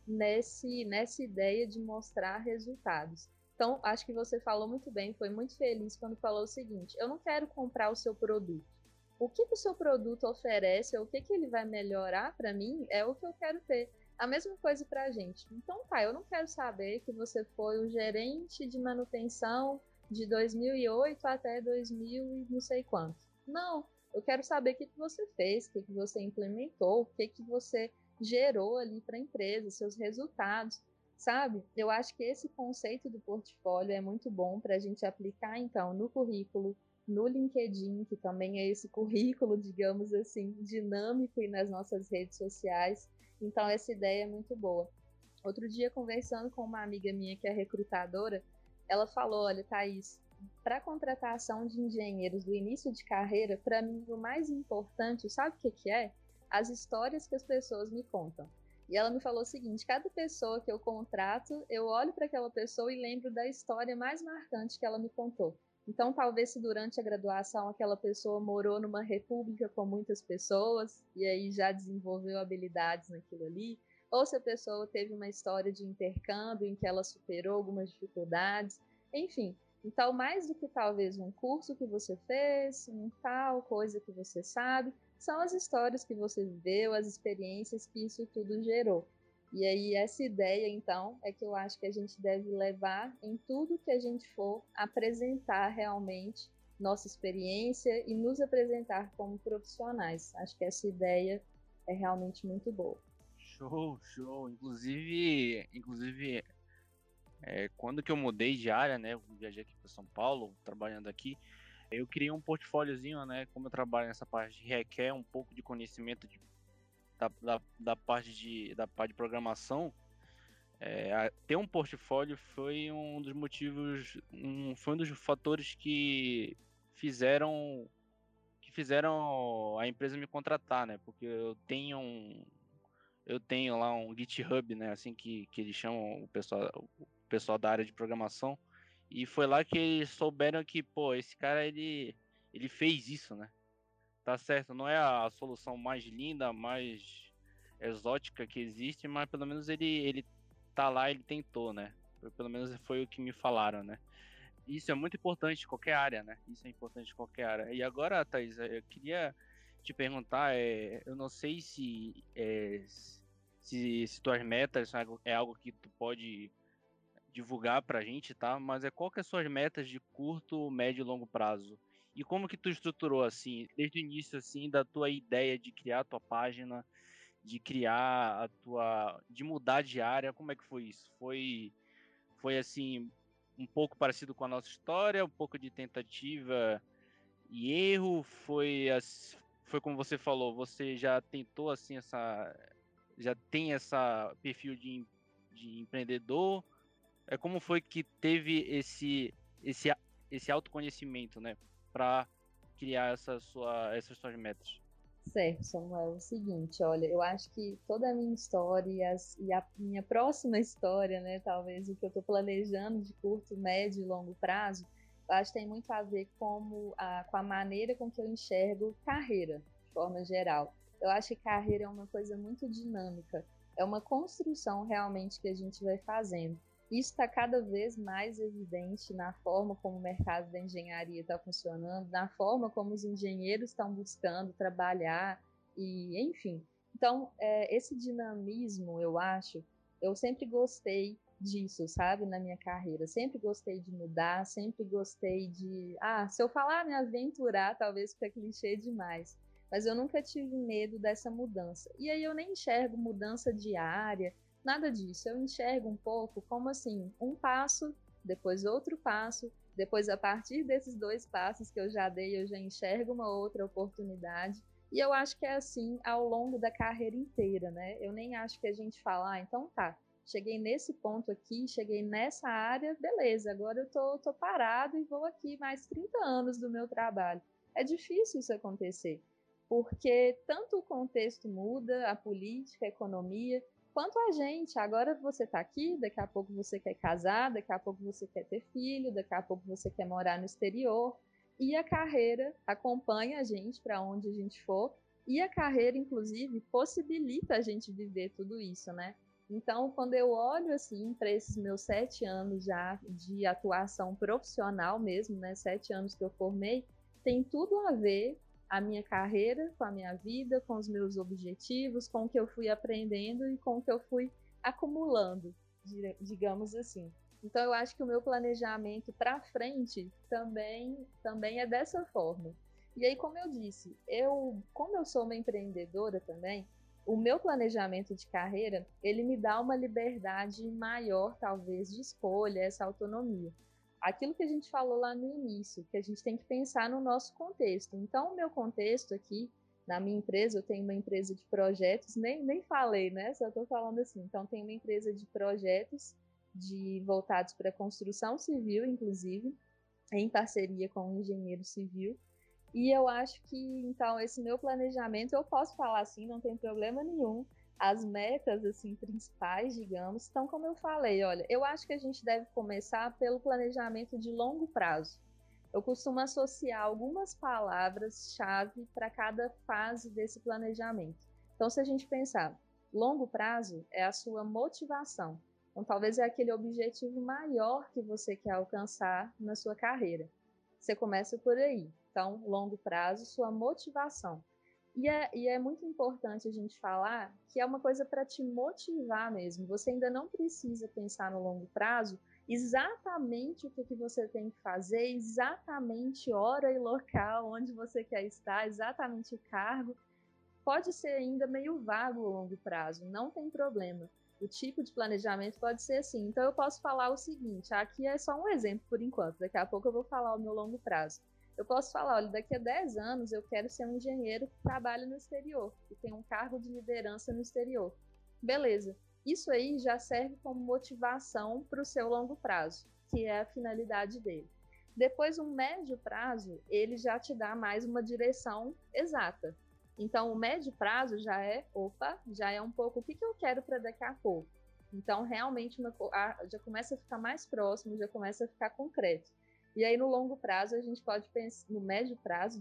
nessa ideia de mostrar resultados. Então, acho que você falou muito bem, foi muito feliz quando falou o seguinte: eu não quero comprar o seu produto. O que o seu produto oferece, ou o que ele vai melhorar para mim, é o que eu quero ter. A mesma coisa para a gente. Então, tá, eu não quero saber que você foi o gerente de manutenção de 2008 até 2000 e não sei quanto. Não, eu quero saber o que você fez, o que você implementou, o que você gerou ali para a empresa, seus resultados, sabe? Eu acho que esse conceito do portfólio é muito bom para a gente aplicar, então, no currículo, no LinkedIn, que também é esse currículo, digamos assim, dinâmico, e nas nossas redes sociais. Então, essa ideia é muito boa. Outro dia, conversando com uma amiga minha que é recrutadora, ela falou: olha, Thaís, para a contratação de engenheiros do início de carreira, para mim, o mais importante, sabe o que é? As histórias que as pessoas me contam. E ela me falou o seguinte: cada pessoa que eu contrato, eu olho para aquela pessoa e lembro da história mais marcante que ela me contou. Então, talvez se durante a graduação aquela pessoa morou numa república com muitas pessoas e aí já desenvolveu habilidades naquilo ali, ou se a pessoa teve uma história de intercâmbio em que ela superou algumas dificuldades, enfim. Então, mais do que talvez um curso que você fez, um tal coisa que você sabe, são as histórias que você viveu, as experiências que isso tudo gerou. E aí essa ideia, então, é que eu acho que a gente deve levar em tudo que a gente for apresentar realmente nossa experiência e nos apresentar como profissionais. Acho que essa ideia é realmente muito boa. Show, show. Inclusive quando que eu mudei de área, né? Eu viajei aqui para São Paulo, trabalhando aqui. Eu criei um portfóliozinho, né? Como eu trabalho nessa parte, requer um pouco de conhecimento da parte de programação. Ter um portfólio foi um dos motivos, foi um dos fatores que fizeram a empresa me contratar, né? Porque eu tenho lá um GitHub, né? Assim que eles chamam o pessoal da área de programação. E foi lá que eles souberam que, pô, esse cara ele fez isso, né? Tá certo, não é a solução mais linda, mais exótica que existe, mas pelo menos ele tá lá, ele tentou, né? Pelo menos foi o que me falaram, né? Isso é muito importante em qualquer área, né? Isso é importante em qualquer área. E agora, Thaís, eu queria te perguntar, eu não sei se tuas metas é algo que tu pode divulgar pra gente, tá? Mas qual que é as suas metas de curto, médio e longo prazo? E como que tu estruturou assim, desde o início assim da tua ideia de criar a tua página, de criar de mudar de área, como é que foi isso? Foi assim um pouco parecido com a nossa história, um pouco de tentativa e erro, foi como você falou, você já tentou assim já tem essa perfil de empreendedor. Como foi que teve esse esse autoconhecimento, né, para criar essas suas metas? Certo, Samuel. É o seguinte, olha, eu acho que toda a minha história e a minha próxima história, né, talvez o que eu estou planejando de curto, médio e longo prazo, eu acho que tem muito a ver com a maneira com que eu enxergo carreira, de forma geral. Eu acho que carreira é uma coisa muito dinâmica, é uma construção realmente que a gente vai fazendo. Isso está cada vez mais evidente na forma como o mercado da engenharia está funcionando, na forma como os engenheiros estão buscando trabalhar, e enfim. Então, esse dinamismo, eu sempre gostei disso, sabe, na minha carreira. Sempre gostei de mudar, sempre gostei se eu falar me aventurar, talvez fique clichê demais. Mas eu nunca tive medo dessa mudança. E aí eu nem enxergo mudança diária, nada disso. Eu enxergo um pouco como assim, um passo, depois outro passo, depois a partir desses 2 passos que eu já dei, eu já enxergo uma outra oportunidade. E eu acho que é assim ao longo da carreira inteira, né? Eu nem acho que a gente fala, então tá, cheguei nesse ponto aqui, cheguei nessa área, beleza, agora eu tô parado e vou aqui mais 30 anos do meu trabalho. É difícil isso acontecer, porque tanto o contexto muda, a política, a economia, quanto a gente. Agora você está aqui, daqui a pouco você quer casar, daqui a pouco você quer ter filho, daqui a pouco você quer morar no exterior. E a carreira acompanha a gente para onde a gente for. E a carreira, inclusive, possibilita a gente viver tudo isso, né? Então, quando eu olho assim para esses meus 7 anos já de atuação profissional mesmo, né, 7 anos que eu formei, tem tudo a ver a minha carreira com a minha vida, com os meus objetivos, com o que eu fui aprendendo e com o que eu fui acumulando, digamos assim. Então, eu acho que o meu planejamento para frente também é dessa forma. E aí, como eu disse, como eu sou uma empreendedora também, o meu planejamento de carreira, ele me dá uma liberdade maior, talvez, de escolha, essa autonomia. Aquilo que a gente falou lá no início, que a gente tem que pensar no nosso contexto. Então, o meu contexto aqui, na minha empresa, eu tenho uma empresa de projetos, nem falei, né? Só estou falando assim. Então, tenho uma empresa de projetos voltados para construção civil, inclusive, em parceria com um engenheiro civil. E eu acho que, então, esse meu planejamento, eu posso falar assim, não tem problema nenhum. As metas, assim, principais, digamos, então, como eu falei, olha, eu acho que a gente deve começar pelo planejamento de longo prazo. Eu costumo associar algumas palavras-chave para cada fase desse planejamento. Então, se a gente pensar, longo prazo é a sua motivação. Então, talvez é aquele objetivo maior que você quer alcançar na sua carreira. Você começa por aí. Então, longo prazo, sua motivação. E é muito importante a gente falar que é uma coisa para te motivar mesmo. Você ainda não precisa pensar no longo prazo exatamente o que você tem que fazer, exatamente hora e local, onde você quer estar, exatamente o cargo. Pode ser ainda meio vago o longo prazo, não tem problema. O tipo de planejamento pode ser assim. Então, eu posso falar o seguinte, aqui é só um exemplo por enquanto, daqui a pouco eu vou falar o meu longo prazo. Eu posso falar, olha, daqui a 10 anos eu quero ser um engenheiro que trabalha no exterior, que tem um cargo de liderança no exterior. Beleza. Isso aí já serve como motivação para o seu longo prazo, que é a finalidade dele. Depois, um médio prazo, ele já te dá mais uma direção exata. Então, o médio prazo já é um pouco o que eu quero para daqui a pouco. Então, realmente, já começa a ficar mais próximo, já começa a ficar concreto. E aí, no longo prazo, a gente pode pensar, no médio prazo,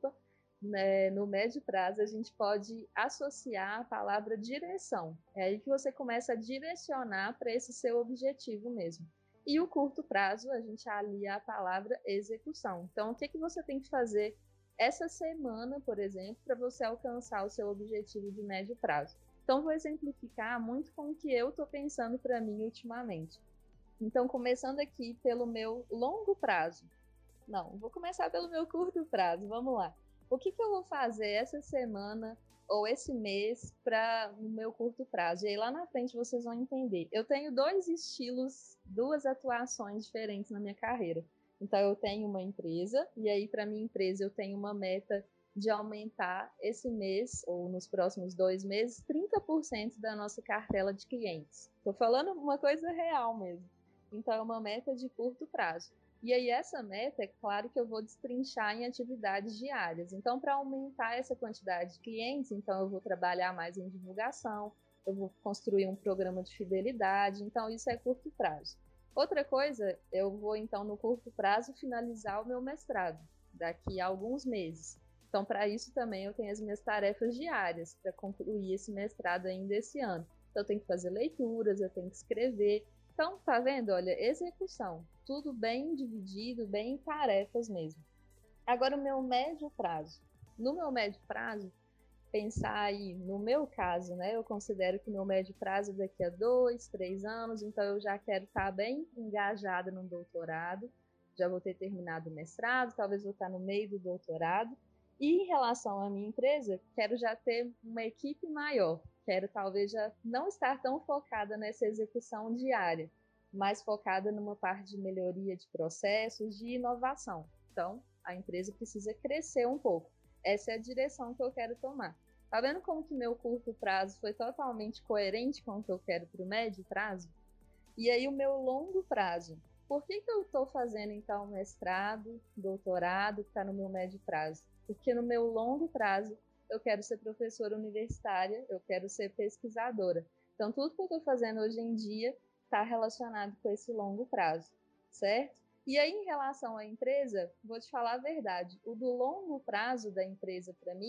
né, no médio prazo, a gente pode associar a palavra direção. É aí que você começa a direcionar para esse seu objetivo mesmo. E o curto prazo, a gente alia a palavra execução. Então, o que você tem que fazer essa semana, por exemplo, para você alcançar o seu objetivo de médio prazo? Então, vou exemplificar muito com o que eu estou pensando para mim ultimamente. Então, começando aqui pelo meu longo prazo. Não, vou começar pelo meu curto prazo, vamos lá. O que eu vou fazer essa semana ou esse mês no meu curto prazo? E aí lá na frente vocês vão entender. Eu tenho dois estilos, duas atuações diferentes na minha carreira. Então, eu tenho uma empresa, e aí para minha empresa eu tenho uma meta de aumentar esse mês, ou nos próximos 2 meses, 30% da nossa cartela de clientes. Estou falando uma coisa real mesmo. Então, é uma meta de curto prazo. E aí, essa meta, é claro que eu vou destrinchar em atividades diárias. Então, para aumentar essa quantidade de clientes, então eu vou trabalhar mais em divulgação, eu vou construir um programa de fidelidade. Então, isso é curto prazo. Outra coisa, eu vou, então, no curto prazo, finalizar o meu mestrado, daqui a alguns meses. Então, para isso também eu tenho as minhas tarefas diárias, para concluir esse mestrado ainda esse ano. Então, eu tenho que fazer leituras, eu tenho que escrever. Então, tá vendo? Olha, execução. Tudo bem dividido, bem em tarefas mesmo. Agora, o meu médio prazo. No meu médio prazo, pensar aí, no meu caso, né? Eu considero que meu médio prazo é daqui a 2, 3 anos, então eu já quero estar bem engajada no doutorado, já vou ter terminado o mestrado, talvez vou estar no meio do doutorado. E em relação à minha empresa, quero já ter uma equipe maior, quero talvez já não estar tão focada nessa execução diária, mais focada numa parte de melhoria de processos, de inovação. Então, a empresa precisa crescer um pouco. Essa é a direção que eu quero tomar. Tá vendo como que meu curto prazo foi totalmente coerente com o que eu quero para o médio prazo? E aí o meu longo prazo. Por que eu estou fazendo, então, mestrado, doutorado, que está no meu médio prazo? Porque no meu longo prazo eu quero ser professora universitária, eu quero ser pesquisadora. Então, tudo que eu estou fazendo hoje em dia está relacionado com esse longo prazo, certo? E aí, em relação à empresa, vou te falar a verdade. O do longo prazo da empresa, para mim,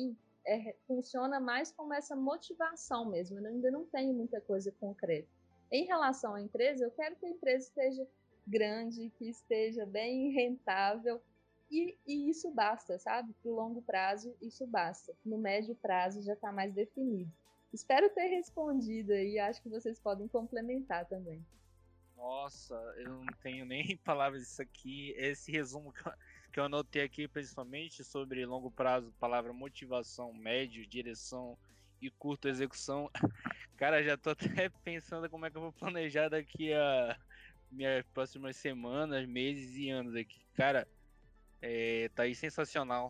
funciona mais como essa motivação mesmo, eu ainda não tenho muita coisa concreta. Em relação à empresa, eu quero que a empresa esteja grande, que esteja bem rentável, e isso basta, sabe? Para o longo prazo, isso basta. No médio prazo já está mais definido. Espero ter respondido aí, acho que vocês podem complementar também. Nossa, eu não tenho nem palavras disso aqui. Esse resumo que eu anotei aqui, principalmente sobre longo prazo, palavra motivação, médio, direção e curto execução. Cara, já tô até pensando como é que eu vou planejar daqui a minhas próximas semanas, meses e anos aqui. Cara, tá aí sensacional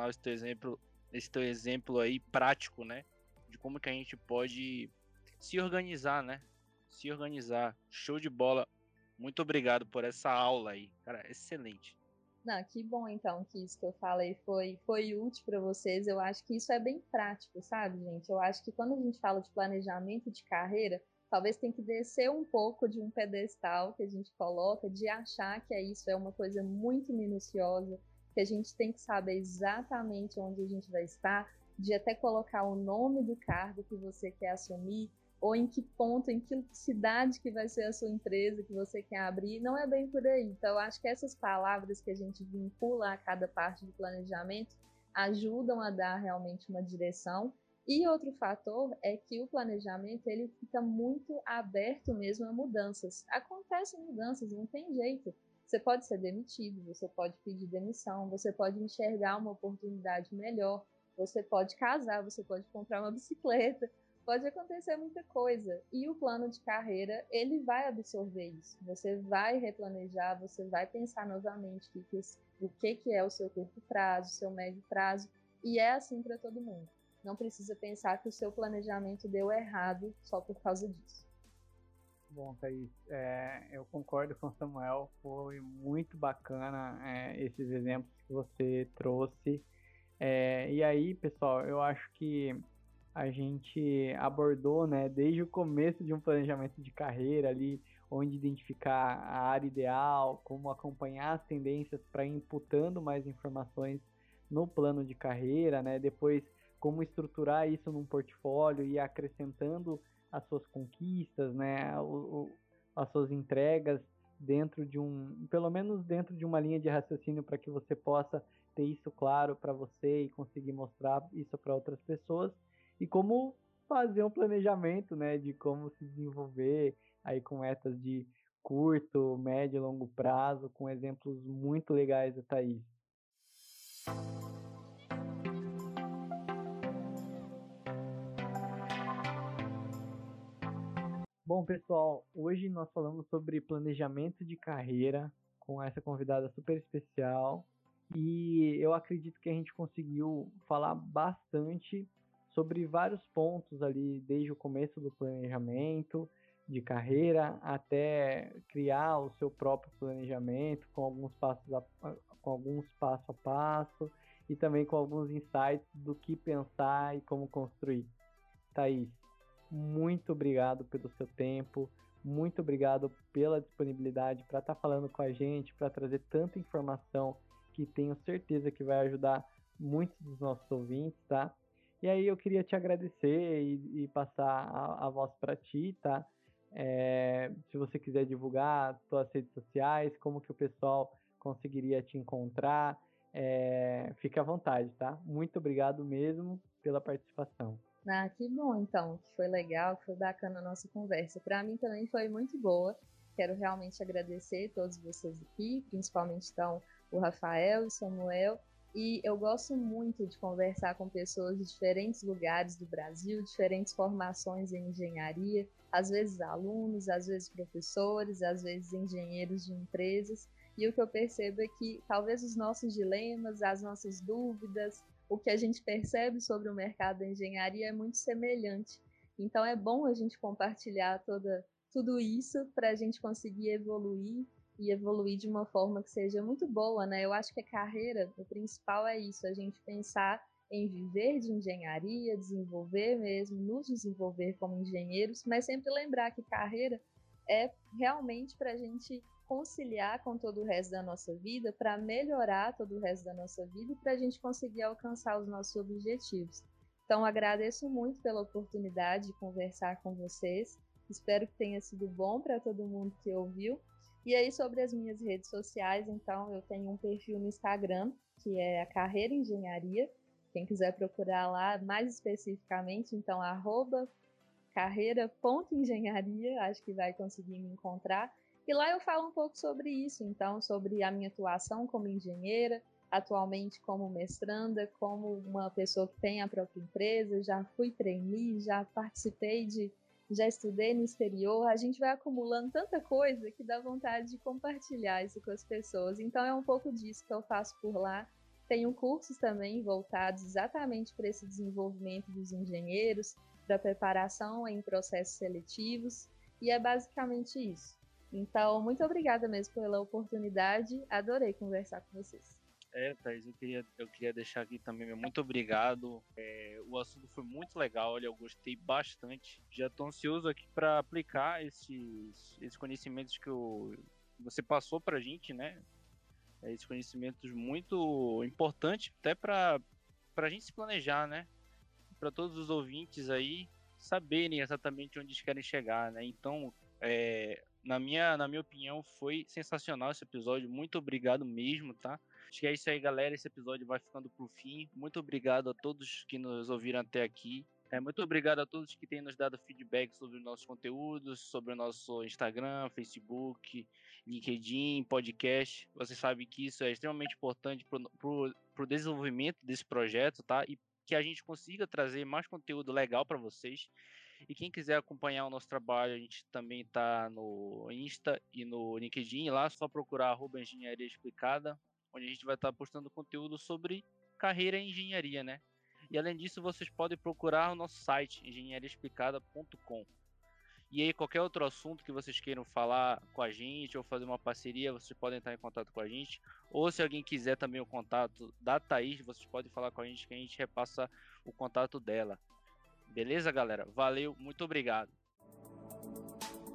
esse teu exemplo aí prático, né? De como que a gente pode se organizar, né? Se organizar. Show de bola. Muito obrigado por essa aula aí. Cara, excelente. Não, que bom então que isso que eu falei foi útil para vocês. Eu acho que isso é bem prático, sabe, gente? Eu acho que quando a gente fala de planejamento de carreira, talvez tem que descer um pouco de um pedestal que a gente coloca, de achar que isso é uma coisa muito minuciosa, que a gente tem que saber exatamente onde a gente vai estar, de até colocar o nome do cargo que você quer assumir, ou em que ponto, em que cidade que vai ser a sua empresa que você quer abrir, não é bem por aí. Então, eu acho que essas palavras que a gente vincula a cada parte do planejamento ajudam a dar realmente uma direção. E outro fator é que o planejamento ele fica muito aberto mesmo a mudanças. Acontecem mudanças, não tem jeito. Você pode ser demitido, você pode pedir demissão, você pode enxergar uma oportunidade melhor, você pode casar, você pode comprar uma bicicleta, pode acontecer muita coisa. E o plano de carreira, ele vai absorver isso. Você vai replanejar, você vai pensar novamente o que é o seu curto prazo, o seu médio prazo, e é assim para todo mundo. Não precisa pensar que o seu planejamento deu errado só por causa disso. Bom, Thaís, eu concordo com o Samuel, foi muito bacana esses exemplos que você trouxe. E aí, pessoal, eu acho que a gente abordou, né, desde o começo de um planejamento de carreira ali, onde identificar a área ideal, como acompanhar as tendências para ir imputando mais informações no plano de carreira, né, depois como estruturar isso num portfólio e acrescentando as suas conquistas, né, as suas entregas dentro de pelo menos dentro de uma linha de raciocínio para que você possa ter isso claro para você e conseguir mostrar isso para outras pessoas. E como fazer um planejamento, né, de como se desenvolver aí com metas de curto, médio e longo prazo, com exemplos muito legais da Thaís. Bom, pessoal, hoje nós falamos sobre planejamento de carreira com essa convidada super especial e eu acredito que a gente conseguiu falar bastante sobre vários pontos ali, desde o começo do planejamento de carreira até criar o seu próprio planejamento com alguns passo a passo e também com alguns insights do que pensar e como construir. Thaís, muito obrigado pelo seu tempo, muito obrigado pela disponibilidade para estar falando com a gente, para trazer tanta informação que tenho certeza que vai ajudar muitos dos nossos ouvintes, tá? E aí eu queria te agradecer e passar a voz para ti, tá? Se você quiser divulgar suas redes sociais, como que o pessoal conseguiria te encontrar, fique à vontade, tá? Muito obrigado mesmo pela participação. Ah, que bom então, que foi legal, que foi bacana a nossa conversa. Para mim também foi muito boa. Quero realmente agradecer a todos vocês aqui, principalmente então o Rafael e o Samuel. E eu gosto muito de conversar com pessoas de diferentes lugares do Brasil, diferentes formações em engenharia, às vezes alunos, às vezes professores, às vezes engenheiros de empresas. E o que eu percebo é que talvez os nossos dilemas, as nossas dúvidas, o que a gente percebe sobre o mercado da engenharia é muito semelhante. Então é bom a gente compartilhar tudo isso para a gente conseguir evoluir e evoluir de uma forma que seja muito boa, né? Eu acho que a carreira, o principal é isso, a gente pensar em viver de engenharia, desenvolver mesmo, nos desenvolver como engenheiros, mas sempre lembrar que carreira é realmente para a gente conciliar com todo o resto da nossa vida, para melhorar todo o resto da nossa vida e para a gente conseguir alcançar os nossos objetivos. Então, agradeço muito pela oportunidade de conversar com vocês. Espero que tenha sido bom para todo mundo que ouviu. E aí, sobre as minhas redes sociais, então, eu tenho um perfil no Instagram, que é a Carreira Engenharia. Quem quiser procurar lá mais especificamente, então, @carreira.engenharia, acho que vai conseguir me encontrar. E lá eu falo um pouco sobre isso, então, sobre a minha atuação como engenheira, atualmente como mestranda, como uma pessoa que tem a própria empresa, já fui trainee, já estudei no exterior. A gente vai acumulando tanta coisa que dá vontade de compartilhar isso com as pessoas. Então é um pouco disso que eu faço por lá. Tenho cursos também voltados exatamente para esse desenvolvimento dos engenheiros, para preparação em processos seletivos, e é basicamente isso. Então, muito obrigada mesmo pela oportunidade, adorei conversar com vocês. Thaís, eu queria deixar aqui também meu muito obrigado. O assunto foi muito legal, olha, eu gostei bastante. Já estou ansioso aqui para aplicar esses conhecimentos que você passou para a gente, né? Esses conhecimentos muito importantes até para a gente se planejar, né? Para todos os ouvintes aí saberem exatamente onde eles querem chegar, né? Então, na minha opinião, foi sensacional esse episódio. Muito obrigado mesmo, tá? Acho que é isso aí, galera. Esse episódio vai ficando pro fim. Muito obrigado a todos que nos ouviram até aqui. Muito obrigado a todos que têm nos dado feedback sobre os nossos conteúdos, sobre o nosso Instagram, Facebook, LinkedIn, podcast. Você sabe que isso é extremamente importante pro desenvolvimento desse projeto, tá? E que a gente consiga trazer mais conteúdo legal para vocês. E quem quiser acompanhar o nosso trabalho, a gente também está no Insta e no LinkedIn. Lá é só procurar @engenharia explicada, onde a gente vai estar postando conteúdo sobre carreira em engenharia, né? E além disso, vocês podem procurar o nosso site, engenhariaexplicada.com. E aí, qualquer outro assunto que vocês queiram falar com a gente ou fazer uma parceria, vocês podem entrar em contato com a gente. Ou se alguém quiser também o contato da Thaís, vocês podem falar com a gente que a gente repassa o contato dela. Beleza, galera? Valeu, muito obrigado.